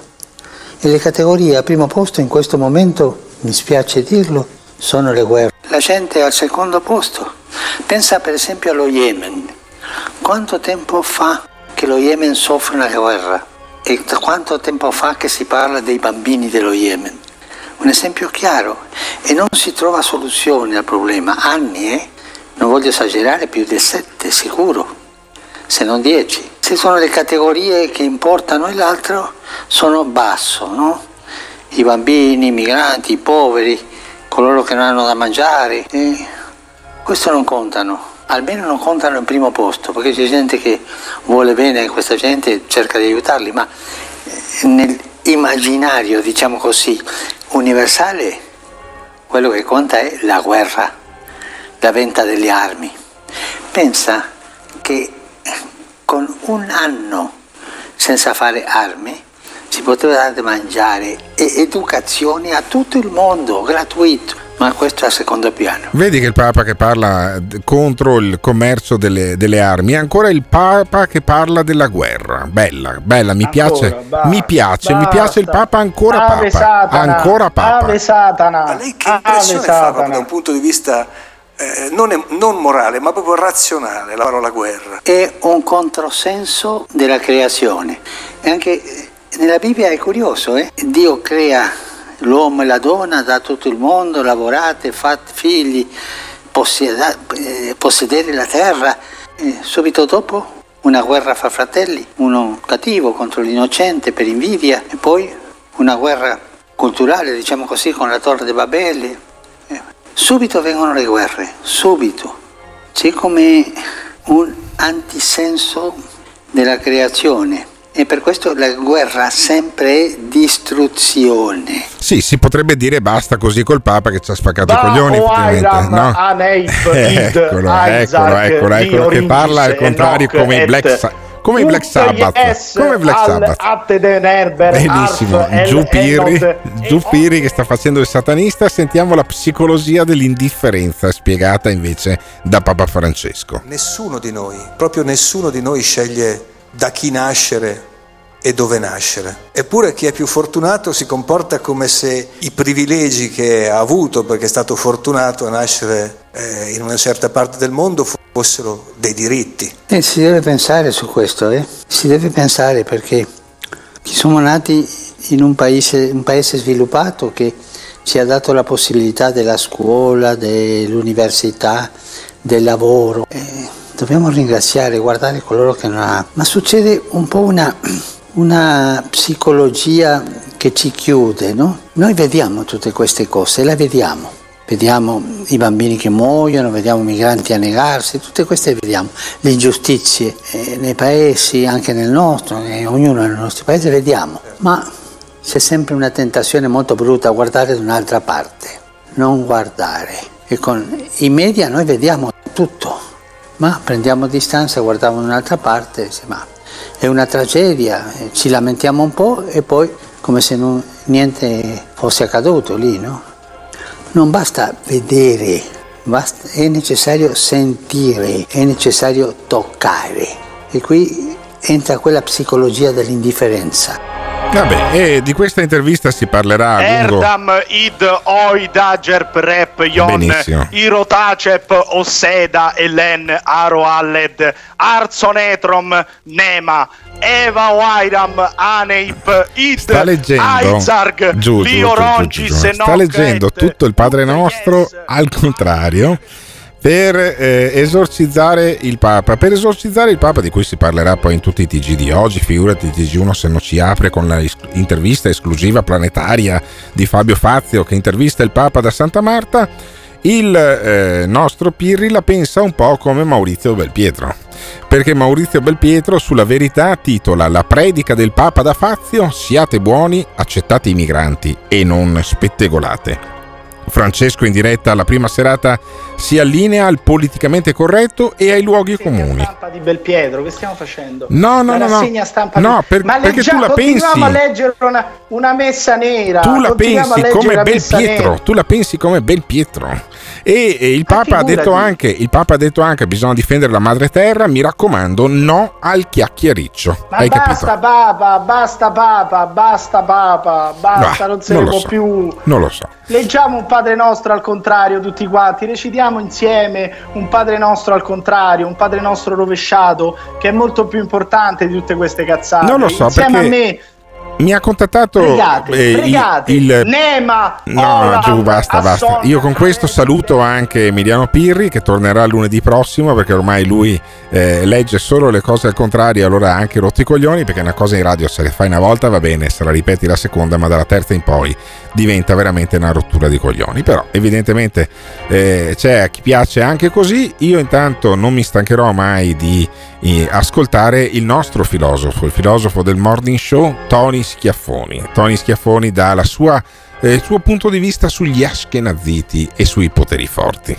E le categorie al primo posto in questo momento, mi spiace dirlo, sono le guerre. La gente è al secondo posto. Pensa per esempio allo Yemen. Quanto tempo fa che lo Yemen soffre una guerra? E da quanto tempo fa che si parla dei bambini dello Yemen? Un esempio chiaro. E non si trova soluzione al problema. Anni, eh? Non voglio esagerare, più di sette sicuro, se non dieci. Se sono le categorie che importano e l'altro sono basso, no? I bambini, i migranti, i poveri, coloro che non hanno da mangiare, e questo non contano, almeno non contano al primo posto, perché c'è gente che vuole bene a questa gente e cerca di aiutarli, ma nell'immaginario, diciamo così, universale, quello che conta è la guerra, la vendita delle armi. Pensa che con un anno senza fare armi si poteva dare da mangiare e educazione a tutto il mondo, gratuito, ma questo è a secondo piano. Vedi che il Papa che parla contro il commercio delle, delle armi è ancora il Papa che parla della guerra. Bella, bella, mi Ancora, piace, basta, mi piace, mi basta. piace il Papa ancora Ave Papa, Satana, ancora Papa. Ave Satana. Ma lei che impressione fa proprio da un punto di vista eh, non, è, non morale, ma proprio razionale, la parola guerra? È un controsenso della creazione. E anche nella Bibbia è curioso, eh? Dio crea l'uomo e la donna da tutto il mondo, lavorate, fate figli, possieda- eh, possedere la terra. E subito dopo una guerra fra fratelli, uno cattivo contro l'innocente per invidia, e poi una guerra culturale, diciamo così, con la Torre di Babele. Eh, subito vengono le guerre, subito. C'è come un antisenso della creazione. E per questo la guerra sempre è distruzione. Sì, si potrebbe dire basta così col Papa che ci ha spaccato i Da coglioni, effettivamente, Oairam, no? Aneip, Id, eccolo, eccolo, Isaac, eccolo, eccolo che Dio parla al Ringis, contrario Enoch, come i Black, et Sa- come i Black Sabbath, Yes, come i Black al- Sabbath. Atte den Herber, Benissimo, Arf, El- giù Pirri, Enod, giù Pirri che sta facendo il satanista. Sentiamo la psicologia dell'indifferenza spiegata invece da Papa Francesco. Nessuno di noi, proprio nessuno di noi sceglie da chi nascere e dove nascere. Eppure chi è più fortunato si comporta come se i privilegi che ha avuto perché è stato fortunato a nascere eh, in una certa parte del mondo fossero dei diritti. E si deve pensare su questo, eh? Si deve pensare perché siamo nati in un paese, un paese sviluppato che ci ha dato la possibilità della scuola, dell'università, del lavoro. E dobbiamo ringraziare, guardare coloro che non hanno. Ma succede un po' una, una psicologia che ci chiude, no? Noi vediamo tutte queste cose, le vediamo. Vediamo i bambini che muoiono, vediamo i migranti annegarsi, tutte queste vediamo. Le ingiustizie eh, nei paesi, anche nel nostro, eh, ognuno nel nostro paese vediamo. Ma c'è sempre una tentazione molto brutta a guardare da un'altra parte, non guardare. che con i media noi vediamo tutto, ma prendiamo distanza, guardiamo in un'altra parte, ma è una tragedia, ci lamentiamo un po' e poi come se non, niente fosse accaduto lì, no? Non basta vedere, basta, è necessario sentire, è necessario toccare e qui entra quella psicologia dell'indifferenza. Vabbè, e di questa intervista si parlerà a lungo. Erdam id oid ager prep yon Benissimo. irotacep osseda elen aro alled arzonetrom nema Eva Wairam Aneip Id Sta leggendo Aizarg giù, giù, Lio giù, giù, Roncis giù, giù. Sta Enoch leggendo et tutto il Padre Nostro al contrario per eh, esorcizzare il Papa, per esorcizzare il Papa di cui si parlerà poi in tutti i T G di oggi, figurati il T G uno se non ci apre con l'intervista esclusiva planetaria di Fabio Fazio che intervista il Papa da Santa Marta. Il eh, nostro Pirri la pensa un po' come Maurizio Belpietro, perché Maurizio Belpietro sulla Verità titola la predica del Papa da Fazio: siate buoni, accettate i migranti e non spettegolate. Francesco in diretta alla prima serata si allinea al politicamente corretto e ai luoghi comuni. Stampa di Belpietro, che stiamo facendo? No, no, la no, rassegna no. stampa No, di... per, ma perché leggiamo, tu la pensi. continuiamo a leggere una, una messa nera. Tu la pensi come Belpietro, Belpietro, tu la pensi come Belpietro. E, e il Papa ha detto anche, il Papa ha detto anche bisogna difendere la madre terra, mi raccomando, no al chiacchiericcio. Ma Hai basta capito? Papa, basta Papa, basta Papa, basta, No, non se non ne lo può so. più. Non lo so. Leggiamo un Padre Nostro al contrario tutti quanti, recitiamo insieme un Padre Nostro al contrario, un Padre Nostro rovesciato, che è molto più importante di tutte queste cazzate. Non lo so, insieme perché a me. Mi ha contattato Pregate, eh, il- pregate. il, Nema, No, Olam, giù, basta, basta. Asson- Io con questo saluto anche Emiliano Pirri che tornerà lunedì prossimo perché ormai lui eh, legge solo le cose al contrario, allora ha anche rotto i coglioni perché una cosa in radio se la fai una volta va bene, se la ripeti la seconda, ma dalla terza in poi diventa veramente una rottura di coglioni. Però evidentemente eh, c'è a chi piace anche così. Io intanto non mi stancherò mai di eh, ascoltare il nostro filosofo, il filosofo del Morning Show, Tony Schiaffoni. Tony Schiaffoni dà la sua, eh, il suo punto di vista sugli ashkenaziti e sui poteri forti.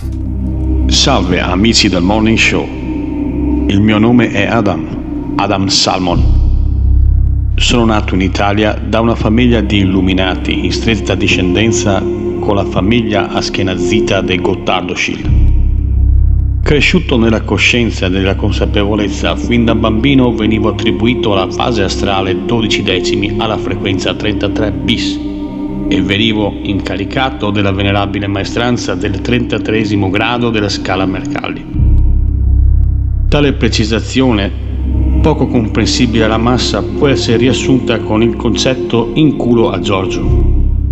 Salve amici del Morning Show, il mio nome è Adam, Adam Salmon. Sono nato in Italia da una famiglia di illuminati in stretta discendenza con la famiglia ashkenazita dei Gottardo-Schild. Cresciuto nella coscienza e nella consapevolezza, fin da bambino venivo attribuito alla fase astrale dodici decimi alla frequenza trentatré bis e venivo incaricato della venerabile maestranza del trentatreesimo grado della scala Mercalli. Tale precisazione, poco comprensibile alla massa, può essere riassunta con il concetto in culo a Giorgio.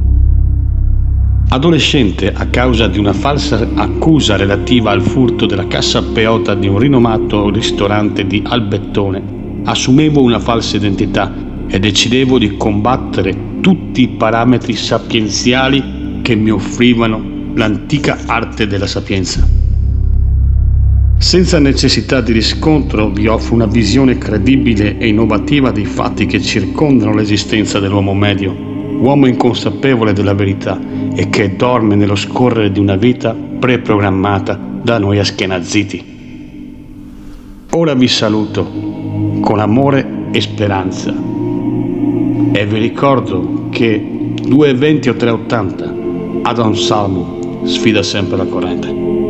Adolescente, a causa di una falsa accusa relativa al furto della cassa peota di un rinomato ristorante di Albettone, assumevo una falsa identità e decidevo di combattere tutti i parametri sapienziali che mi offrivano l'antica arte della sapienza. Senza necessità di riscontro vi offro una visione credibile e innovativa dei fatti che circondano l'esistenza dell'uomo medio, uomo inconsapevole della verità e che dorme nello scorrere di una vita preprogrammata da noi ashkenaziti. Ora vi saluto con amore e speranza e vi ricordo che due venti o tre ottanta Adam Salmon sfida sempre la corrente.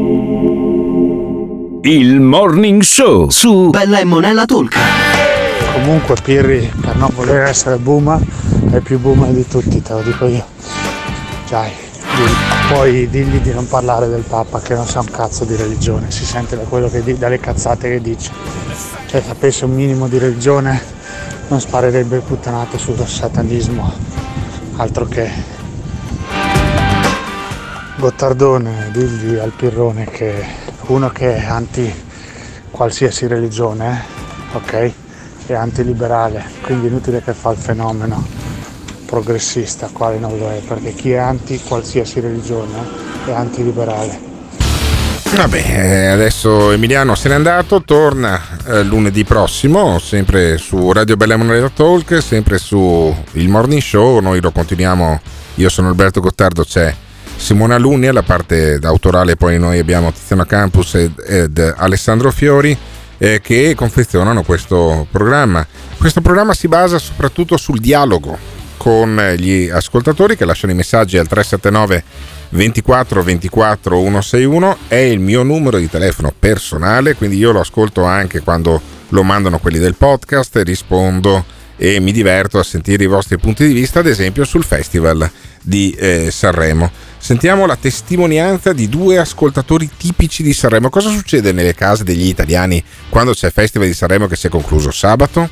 Il Morning Show su Bella e Monella Talk. Comunque Pirri, per non voler essere boomer, è più boomer di tutti, te lo dico io. Dai, digli- poi digli di non parlare del Papa che non sa un cazzo di religione, si sente da quello che di- dalle cazzate che dice. Se sapesse un minimo di religione non sparerebbe puttanate sul satanismo, altro che. Gottardone, digli al Pirrone che uno che è anti qualsiasi religione, eh, ok? È antiliberale, quindi inutile che fa il fenomeno progressista, quale non lo è, perché chi è anti qualsiasi religione è antiliberale. Vabbè, adesso Emiliano se n'è andato, torna eh, lunedì prossimo, sempre su Radio Bella e Monella Talk, sempre su il Morning Show, noi lo continuiamo, io sono Alberto Gottardo, c'è Simone Alunni, alla parte autorale poi noi abbiamo Tiziano Campus ed, ed Alessandro Fiori eh, che confezionano questo programma. Questo programma si basa soprattutto sul dialogo con gli ascoltatori che lasciano i messaggi al tre sette nove ventiquattro ventiquattro centosessantuno, è il mio numero di telefono personale, quindi io lo ascolto anche quando lo mandano quelli del podcast, rispondo e mi diverto a sentire i vostri punti di vista, ad esempio sul Festival di eh, Sanremo. Sentiamo la testimonianza di due ascoltatori tipici di Sanremo. Cosa succede nelle case degli italiani quando c'è il Festival di Sanremo che si è concluso sabato?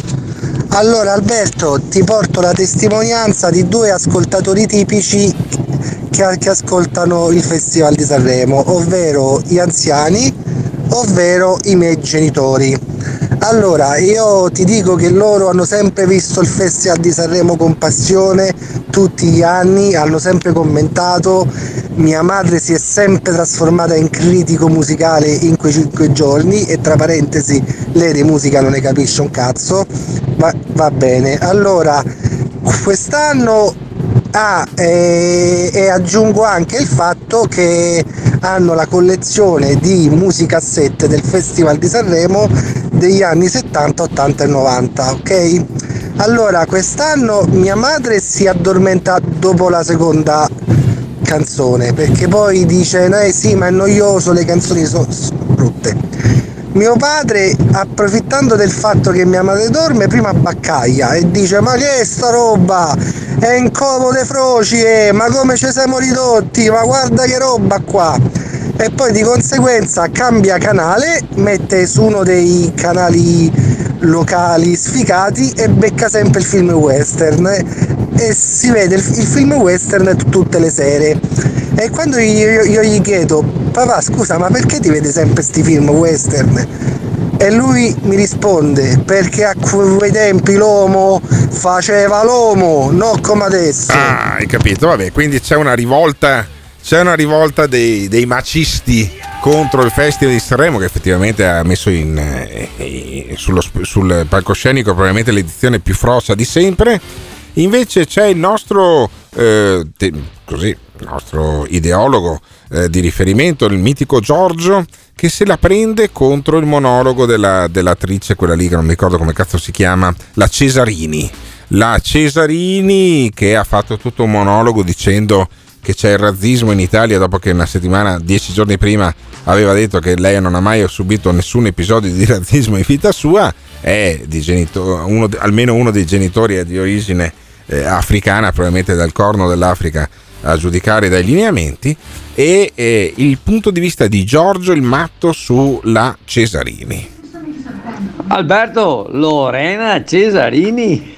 Allora Alberto, ti porto la testimonianza di due ascoltatori tipici che, che ascoltano il Festival di Sanremo, ovvero gli anziani, ovvero i miei genitori. Allora, io ti dico che loro hanno sempre visto il Festival di Sanremo con passione, tutti gli anni, hanno sempre commentato. Mia madre si è sempre trasformata in critico musicale in quei cinque giorni e tra parentesi lei di musica non ne capisce un cazzo, ma va bene. Allora, quest'anno ah, e, e aggiungo anche il fatto che hanno la collezione di musicassette del Festival di Sanremo degli anni settanta, ottanta e novanta, ok? Allora, quest'anno mia madre si addormenta dopo la seconda canzone, perché poi dice eh sì, ma è noioso, le canzoni sono brutte. Mio padre, approfittando del fatto che mia madre dorme, prima baccaglia e dice ma che è sta roba? È in covo de frocie, ma come ci siamo ridotti, ma guarda che roba qua! E poi di conseguenza cambia canale, mette su uno dei canali locali sfigati e becca sempre il film western e si vede il, il film western t- tutte le sere. E quando io, io gli chiedo papà scusa ma perché ti vede sempre sti film western? E lui mi risponde perché a quei tempi l'uomo faceva l'uomo, non come adesso. Ah, hai capito, vabbè, quindi c'è una rivolta c'è una rivolta dei, dei macisti contro il Festival di Sanremo, che effettivamente ha messo in, eh, sullo, sul palcoscenico probabilmente l'edizione più frossa di sempre. Invece c'è il nostro eh, te, così, il nostro ideologo eh, di riferimento, il mitico Giorgio, che se la prende contro il monologo della, dell'attrice, quella lì che non mi ricordo come cazzo si chiama, la Cesarini. La Cesarini che ha fatto tutto un monologo dicendo che c'è il razzismo in Italia dopo che una settimana, dieci giorni prima, aveva detto che lei non ha mai subito nessun episodio di razzismo in vita sua. È di genito- uno, almeno uno dei genitori è di origine eh, africana, probabilmente dal Corno dell'Africa, a giudicare dai lineamenti. E eh, il punto di vista di Giorgio il Matto sulla Cesarini. Alberto, Lorena Cesarini?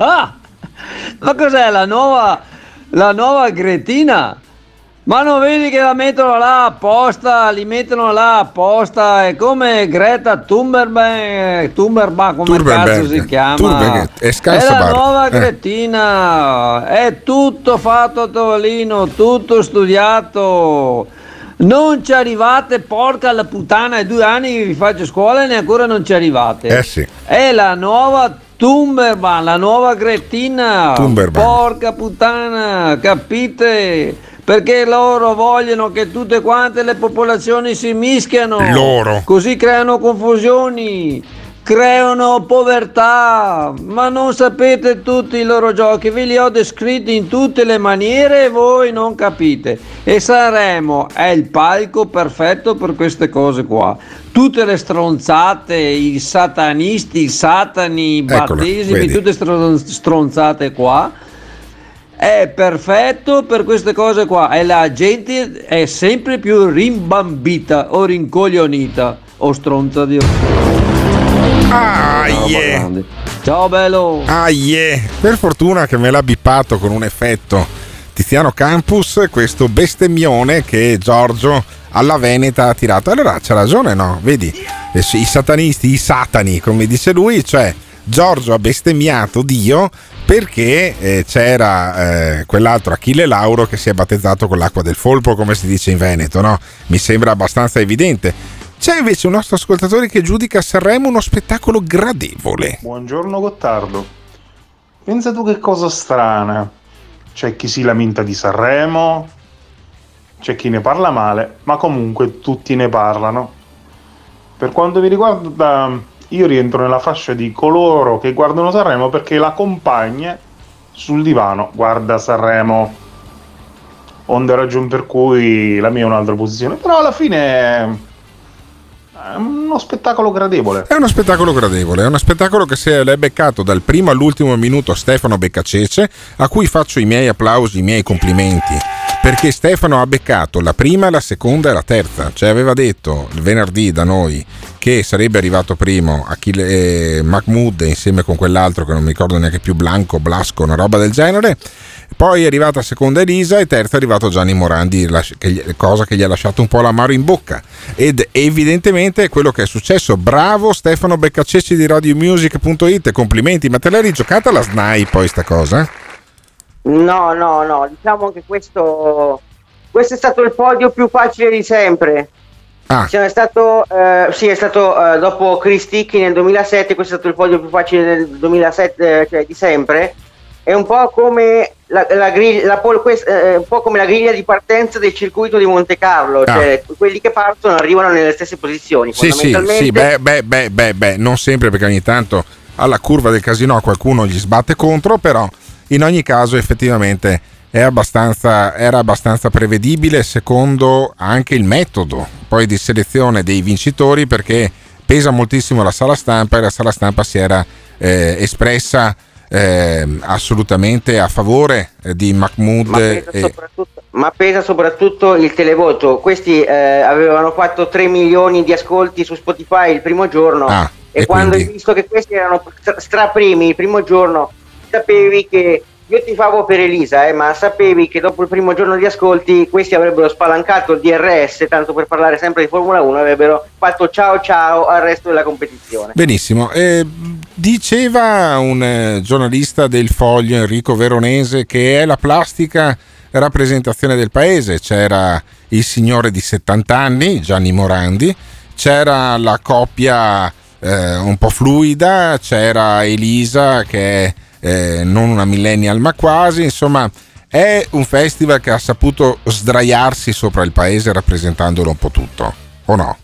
Ma cos'è la nuova, la nuova Gretina? Ma non vedi che la mettono là apposta, li mettono là apposta, è come Greta Thunberg, Thunberg come cazzo si chiama? Thunberg, è, è la nuova eh. Gretina, è tutto fatto a tavolino, tutto studiato. Non ci arrivate, porca la puttana, è due anni che vi faccio scuola e neanche non ci arrivate. Eh sì. È la nuova Thunberg, la nuova Gretina, Thunberg. Porca puttana, capite? Perché loro vogliono che tutte quante le popolazioni si mischiano, loro. Così creano confusioni, creano povertà, ma non sapete tutti i loro giochi, ve li ho descritti in tutte le maniere e voi non capite. E Sanremo è il palco perfetto per queste cose qua. Tutte le stronzate, i satanisti, i satani, i battesimi, tutte stronzate qua. È perfetto per queste cose qua e la gente è sempre più rimbambita o rincoglionita o stronza di ah, yeah. Ciao bello. Ah, yeah. Per fortuna che me l'ha bippato con un effetto Tiziano Campus questo bestemmione che Giorgio alla Veneta ha tirato. Allora c'ha ragione, no? Vedi, i satanisti, i satani come dice lui, cioè Giorgio ha bestemmiato Dio perché eh, c'era eh, quell'altro Achille Lauro che si è battezzato con l'acqua del Folpo, come si dice in Veneto, no? Mi sembra abbastanza evidente. C'è invece un nostro ascoltatore che giudica Sanremo uno spettacolo gradevole. Buongiorno Gottardo, pensa tu che cosa strana, c'è chi si lamenta di Sanremo, c'è chi ne parla male, ma comunque tutti ne parlano. Per quanto mi riguarda, io rientro nella fascia di coloro che guardano Sanremo perché la compagna sul divano guarda Sanremo. Onda ragione per cui la mia è un'altra posizione, però alla fine è uno spettacolo gradevole. È uno spettacolo gradevole, è uno spettacolo che se l'è beccato dal primo all'ultimo minuto Stefano Beccacece, a cui faccio i miei applausi, i miei complimenti, perché Stefano ha beccato la prima, la seconda e la terza. Cioè aveva detto il venerdì da noi che sarebbe arrivato primo Achille, eh, Mahmood insieme con quell'altro che non mi ricordo neanche più, Blanco, Blasco, una roba del genere. Poi è arrivata seconda Elisa e terza è arrivato Gianni Morandi, cosa che gli ha lasciato un po' l'amaro in bocca. Ed evidentemente è quello che è successo. Bravo Stefano Beccaceci di radio music punto it, complimenti. Ma te l'hai rigiocata la S N A I poi sta cosa? No, no, no, diciamo che questo, questo è stato il podio più facile di sempre. Ah. Cioè, è stato, eh, sì, è stato eh, dopo Chris Ticchi nel duemilasette, questo è stato il podio più facile del duemilasette, cioè di sempre. È un po' come la, la, griglia, la, eh, un po' come la griglia di partenza del circuito di Monte Carlo, ah. cioè quelli che partono arrivano nelle stesse posizioni. Sì, fondamentalmente... sì, sì, beh, beh, beh, beh, beh, non sempre, perché ogni tanto alla curva del casino qualcuno gli sbatte contro, però in ogni caso effettivamente è abbastanza, era abbastanza prevedibile secondo anche il metodo poi di selezione dei vincitori, perché pesa moltissimo la sala stampa e la sala stampa si era eh, espressa Eh, assolutamente a favore eh, di Mahmood. Ma pesa, e... soprattutto, ma pesa soprattutto il televoto. Questi eh, avevano fatto tre milioni di ascolti su Spotify il primo giorno, ah, e, e quando quindi... hai visto che questi erano straprimi il primo giorno, sapevi che io tifavo per Elisa, eh, ma sapevi che dopo il primo giorno di ascolti questi avrebbero spalancato il D R S, tanto per parlare sempre di Formula uno, avrebbero fatto ciao ciao al resto della competizione. Benissimo. Eh, diceva un eh, giornalista del Foglio, Enrico Veronese, che è la plastica rappresentazione del paese. C'era il signore di settanta anni, Gianni Morandi, c'era la coppia eh, un po' fluida, c'era Elisa che è Eh, non una millennial ma quasi, insomma è un festival che ha saputo sdraiarsi sopra il paese rappresentandolo un po' tutto, o no?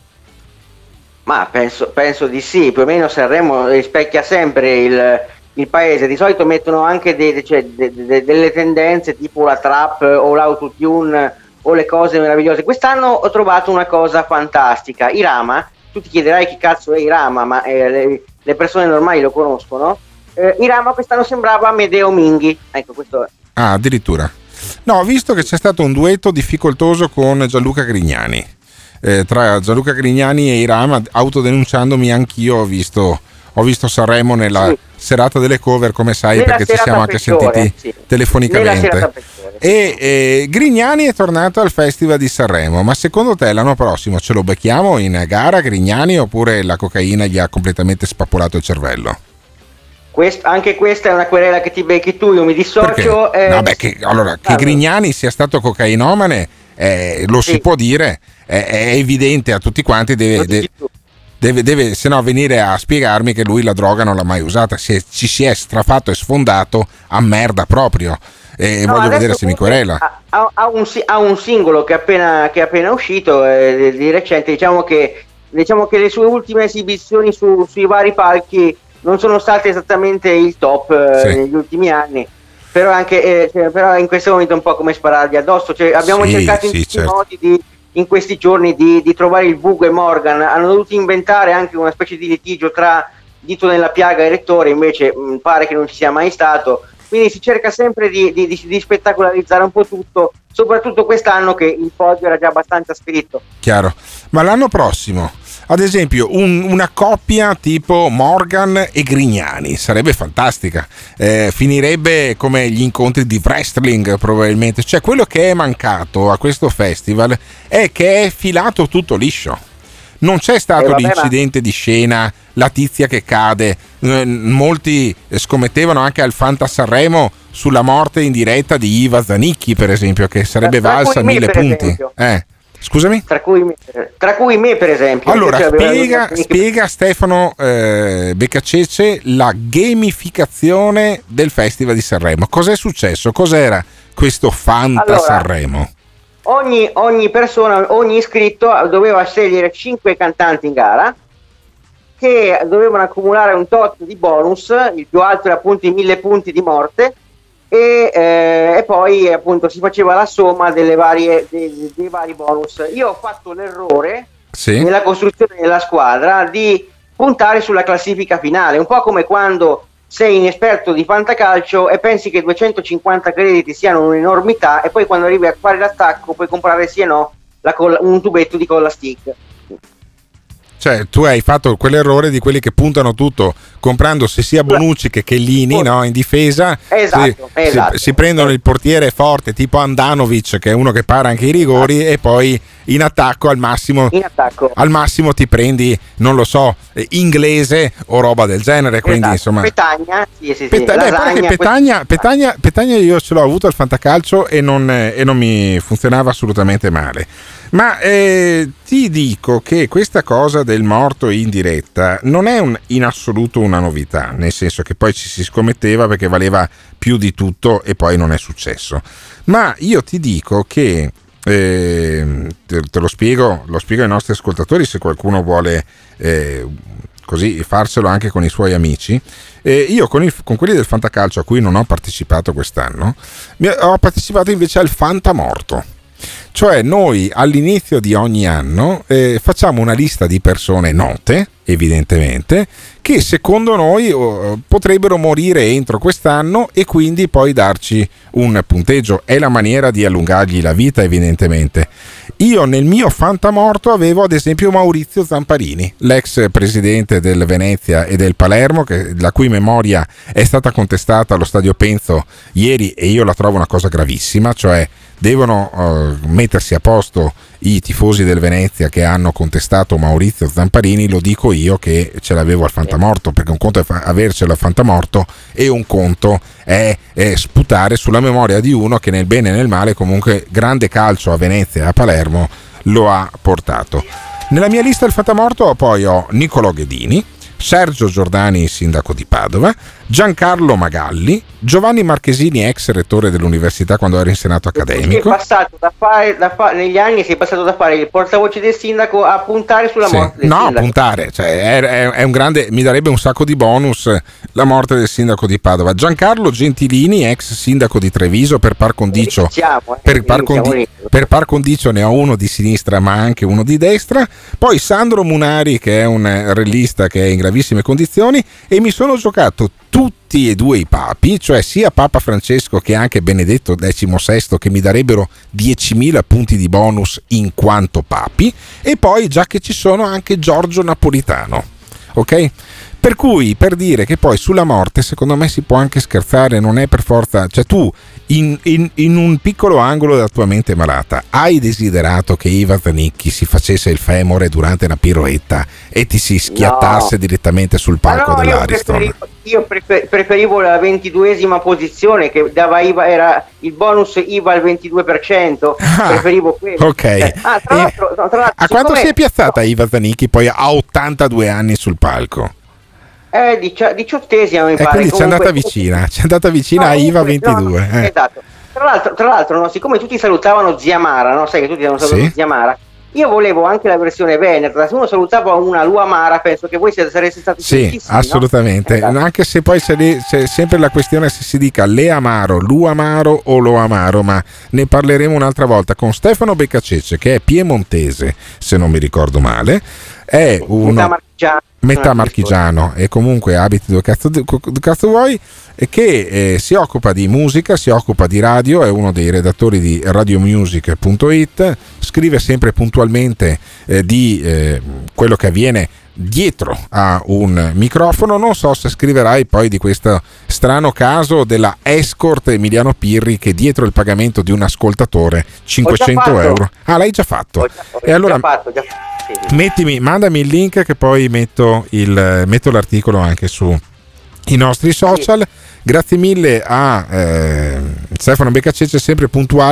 Ma penso, penso di sì, più o meno Sanremo rispecchia sempre il, il paese. Di solito mettono anche de, cioè, de, de, delle tendenze tipo la trap o l'autotune o le cose meravigliose. Quest'anno ho trovato una cosa fantastica, Irama. Tu ti chiederai chi cazzo è Irama, ma eh, le, le persone normali lo conoscono. Eh, Irama quest'anno sembrava Amedeo Minghi, ecco, questo è. Ah, addirittura. No, ho visto che c'è stato un duetto difficoltoso con Gianluca Grignani, eh, tra Gianluca Grignani e Irama, autodenunciandomi anch'io ho visto, ho visto Sanremo nella sì. serata delle cover, come sai, nella perché ci siamo anche peggiore, sentiti sì. telefonicamente. E eh, Grignani è tornato al Festival di Sanremo, ma secondo te l'anno prossimo ce lo becchiamo in gara Grignani, oppure la cocaina gli ha completamente spappolato il cervello? Quest, anche questa è una querela che ti becchi tu, io mi dissocio. Eh, no, beh, che, allora, che Grignani sia stato cocainomane eh, lo sì. si può dire, è, è evidente a tutti quanti, deve, deve, deve, deve se no venire a spiegarmi che lui la droga non l'ha mai usata, si è, ci si è strafatto e sfondato a merda proprio, e no, voglio vedere se mi querela. Ha, ha, un, ha un singolo che è appena, che è appena uscito eh, di recente, diciamo che, diciamo che le sue ultime esibizioni su, sui vari palchi non sono state esattamente il top eh, sì. negli ultimi anni, però anche eh, cioè, però in questo momento è un po' come sparargli addosso, cioè, abbiamo sì, cercato in sì, tutti i certo. modi di, in questi giorni di, di trovare il buco, e Morgan hanno dovuto inventare anche una specie di litigio tra dito nella piaga e rettore, invece mh, pare che non ci sia mai stato, quindi si cerca sempre di, di, di, di spettacolarizzare un po' tutto, soprattutto quest'anno che il podio era già abbastanza scritto. Chiaro, ma l'anno prossimo ad esempio un, una coppia tipo Morgan e Grignani sarebbe fantastica, eh, finirebbe come gli incontri di wrestling probabilmente, cioè quello che è mancato a questo festival è che è filato tutto liscio, non c'è stato eh, vabbè, l'incidente ma... di scena, la tizia che cade, eh, molti scommettevano anche al Fanta Sanremo sulla morte in diretta di Iva Zanicchi per esempio, che sarebbe tra valsa mille punti eh Scusami? Tra cui, tra cui me per esempio. Allora spiega, spiega Stefano eh, Beccacece la gamificazione del Festival di Sanremo. Cos'è successo? Cos'era questo Fanta allora, Sanremo? ogni, ogni persona, ogni iscritto doveva scegliere cinque cantanti in gara che dovevano accumulare un tot di bonus, il più alto era appunto i mille punti di morte, e, eh, e poi appunto si faceva la somma delle varie, dei, dei vari bonus. Io ho fatto l'errore sì. nella costruzione della squadra di puntare sulla classifica finale, un po' come quando sei inesperto di fantacalcio e pensi che duecentocinquanta crediti siano un'enormità e poi quando arrivi a fare l'attacco puoi comprare sì e no la colla, un tubetto di colla stick. Cioè, tu hai fatto quell'errore di quelli che puntano tutto comprando se sia Bonucci che Chiellini, no? In difesa. Esatto, si, esatto. Si, si prendono il portiere forte tipo Andanovic, che è uno che para anche i rigori, esatto. E poi in attacco al massimo in attacco. al massimo ti prendi, non lo so, inglese o roba del genere. Quindi esatto. insomma. Petagna, sì, sì, Peta- sì. beh, Lasagna, Petagna, Petagna, Petagna io ce l'ho avuto al fantacalcio e non, e non mi funzionava assolutamente male. Ma eh, ti dico che questa cosa del morto in diretta non è un, in assoluto una novità, nel senso che poi ci si scommetteva perché valeva più di tutto e poi non è successo. Ma io ti dico che eh, te, te lo spiego, lo spiego ai nostri ascoltatori se qualcuno vuole eh, così farselo anche con i suoi amici. Eh, io con, il, con quelli del fantacalcio a cui non ho partecipato quest'anno, mi, ho partecipato invece al fantamorto. Cioè noi all'inizio di ogni anno eh, facciamo una lista di persone note, evidentemente, che secondo noi oh, potrebbero morire entro quest'anno e quindi poi darci un punteggio. È la maniera di allungargli la vita, evidentemente. Io nel mio fantamorto avevo ad esempio Maurizio Zamparini, l'ex presidente del Venezia e del Palermo, che, la cui memoria è stata contestata allo Stadio Penzo ieri e io la trovo una cosa gravissima, cioè devono uh, mettersi a posto i tifosi del Venezia che hanno contestato Maurizio Zamparini. Lo dico io che ce l'avevo al fantamorto, perché un conto è fa- avercelo al fantamorto e un conto è, è sputare sulla memoria di uno che nel bene e nel male comunque grande calcio a Venezia e a Palermo lo ha portato. Nella mia lista del fantamorto poi ho Nicolò Ghedini, Sergio Giordani, sindaco di Padova, Giancarlo Magalli, Giovanni Marchesini, ex rettore dell'università quando era in senato accademico. È passato da fare, da fare negli anni si è passato da fare il portavoce del sindaco a puntare sulla sì. morte del no, sindaco. puntare, cioè è, è, è un grande, mi darebbe un sacco di bonus la morte del sindaco di Padova. Giancarlo Gentilini, ex sindaco di Treviso, per par condicio, Iniziamo, eh, per, par condi- per par condicio ne ho uno di sinistra ma anche uno di destra. Poi Sandro Munari, che è un rellista che è in gravissime condizioni, e mi sono giocato tutti e due i papi, cioè sia Papa Francesco che anche Benedetto diciassette, che mi darebbero diecimila punti di bonus in quanto papi, e poi già che ci sono anche Giorgio Napolitano, ok? Per cui, per dire che poi sulla morte secondo me si può anche scherzare, non è per forza, cioè tu in, in, in un piccolo angolo della tua mente malata hai desiderato che Iva Zanicchi si facesse il femore durante una piroetta e ti si schiattasse no. direttamente sul palco no, dell'Ariston? Io preferivo, io prefer, preferivo la ventiduesima posizione che dava Iva, era il bonus I V A al ventidue per cento, ah, preferivo quello. Ok. Eh, ah, tra l'altro, no, tra l'altro, a quanto si è piazzata no. Iva Zanicchi poi a ottantadue anni sul palco? Eh, dici- diciottesima mi e pare. Quindi comunque... c'è andata vicina, c'è andata vicina no, a Iva comunque, ventidue. No, no, eh. Esatto. Tra l'altro, tra l'altro no, siccome tutti salutavano Zia Mara, no? Sai che tutti hanno salutato Sì. Zia Mara. Io volevo anche la versione veneta. Se uno salutava una Lua Mara, penso che voi sareste stati Sì, assolutamente. No? Esatto. Anche se poi c'è, lì, c'è sempre la questione se si dica Le Amaro, Lu Amaro o Lo Amaro, ma ne parleremo un'altra volta con Stefano Beccacece, che è piemontese, se non mi ricordo male. È uno metà marchigiano, metà marchigiano e comunque abiti dove cazzo, dove cazzo vuoi, e che eh, si occupa di musica, si occupa di radio, è uno dei redattori di radiomusic punto it, scrive sempre puntualmente eh, di eh, quello che avviene dietro a un microfono. Non so se scriverai poi di questo strano caso della escort Emiliano Pirri, che dietro il pagamento di un ascoltatore cinquecento euro. Ah, l'hai già fatto? Ho già, ho e allora già fatto, già fatto. Mettimi, mandami il link che poi metto, il, metto l'articolo anche su i nostri social. Sì. Grazie mille a eh, Stefano Beccacece, sempre puntuale.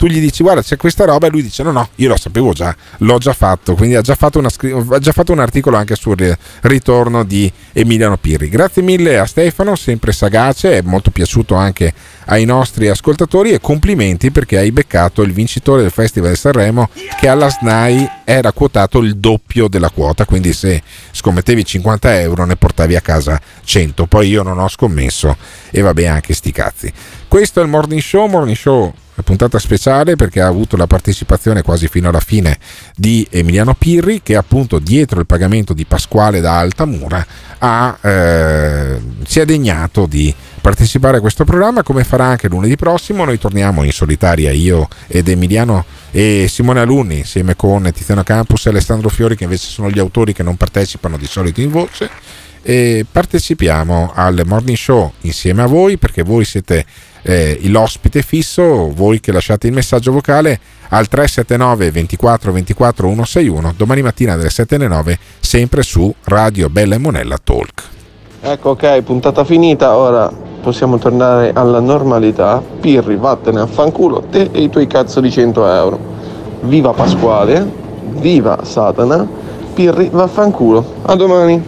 tu gli dici guarda c'è questa roba e lui dice no no io lo sapevo già, l'ho già fatto, quindi ha già fatto, una, ha già fatto un articolo anche sul ritorno di Emiliano Pirri. Grazie mille a Stefano, sempre sagace, è molto piaciuto anche ai nostri ascoltatori e complimenti perché hai beccato il vincitore del Festival di Sanremo che alla S N A I era quotato il doppio della quota, quindi se scommettevi cinquanta euro ne portavi a casa cento, poi io non ho scommesso e vabbè anche sti cazzi. Questo è il Morning Show, Morning Show puntata speciale perché ha avuto la partecipazione quasi fino alla fine di Emiliano Pirri che appunto dietro il pagamento di Pasquale da Altamura ha, eh, si è degnato di partecipare a questo programma, come farà anche lunedì prossimo. Noi torniamo in solitaria io ed Emiliano e Simone Alunni insieme con Tiziano Campus e Alessandro Fiori che invece sono gli autori che non partecipano di solito in voce, e partecipiamo al Morning Show insieme a voi perché voi siete eh, l'ospite fisso, voi che lasciate il messaggio vocale al tre sette nove ventiquattro ventiquattro centosessantuno domani mattina dalle sette alle nove sempre su Radio Bella e Monella Talk. Ecco, ok, puntata finita, ora possiamo tornare alla normalità. Pirri, vattene a fanculo te e i tuoi cazzo di cento euro. Viva Pasquale, viva Satana, Pirri vaffanculo. A domani.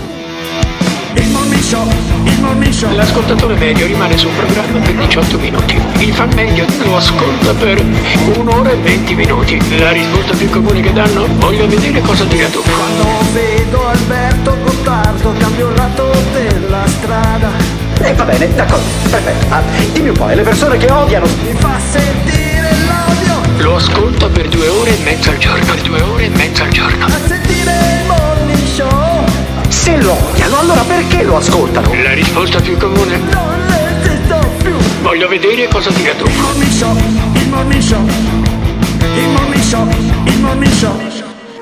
Il Morning Show, il Morning Show. L'ascoltatore medio rimane sul programma per diciotto minuti. Il fan medio lo ascolta per un'ora e venti minuti. La risposta più comune che danno: voglio vedere cosa dirà tu. Quando vedo Alberto Gottardo cambio il lato della strada. E eh, va bene, d'accordo, perfetto. Ah, dimmi un po', e le persone che odiano? Mi fa sentire l'odio. Lo ascolta per due ore e mezza al giorno. Per due ore e mezza al giorno. A sentire il Morning Show. Se lo odiano, allora perché lo ascoltano? La risposta più comune: non esisto più. Voglio vedere cosa dirà tu. Il Morning Show, il Morning Show, il Morning Show, il Morning Show.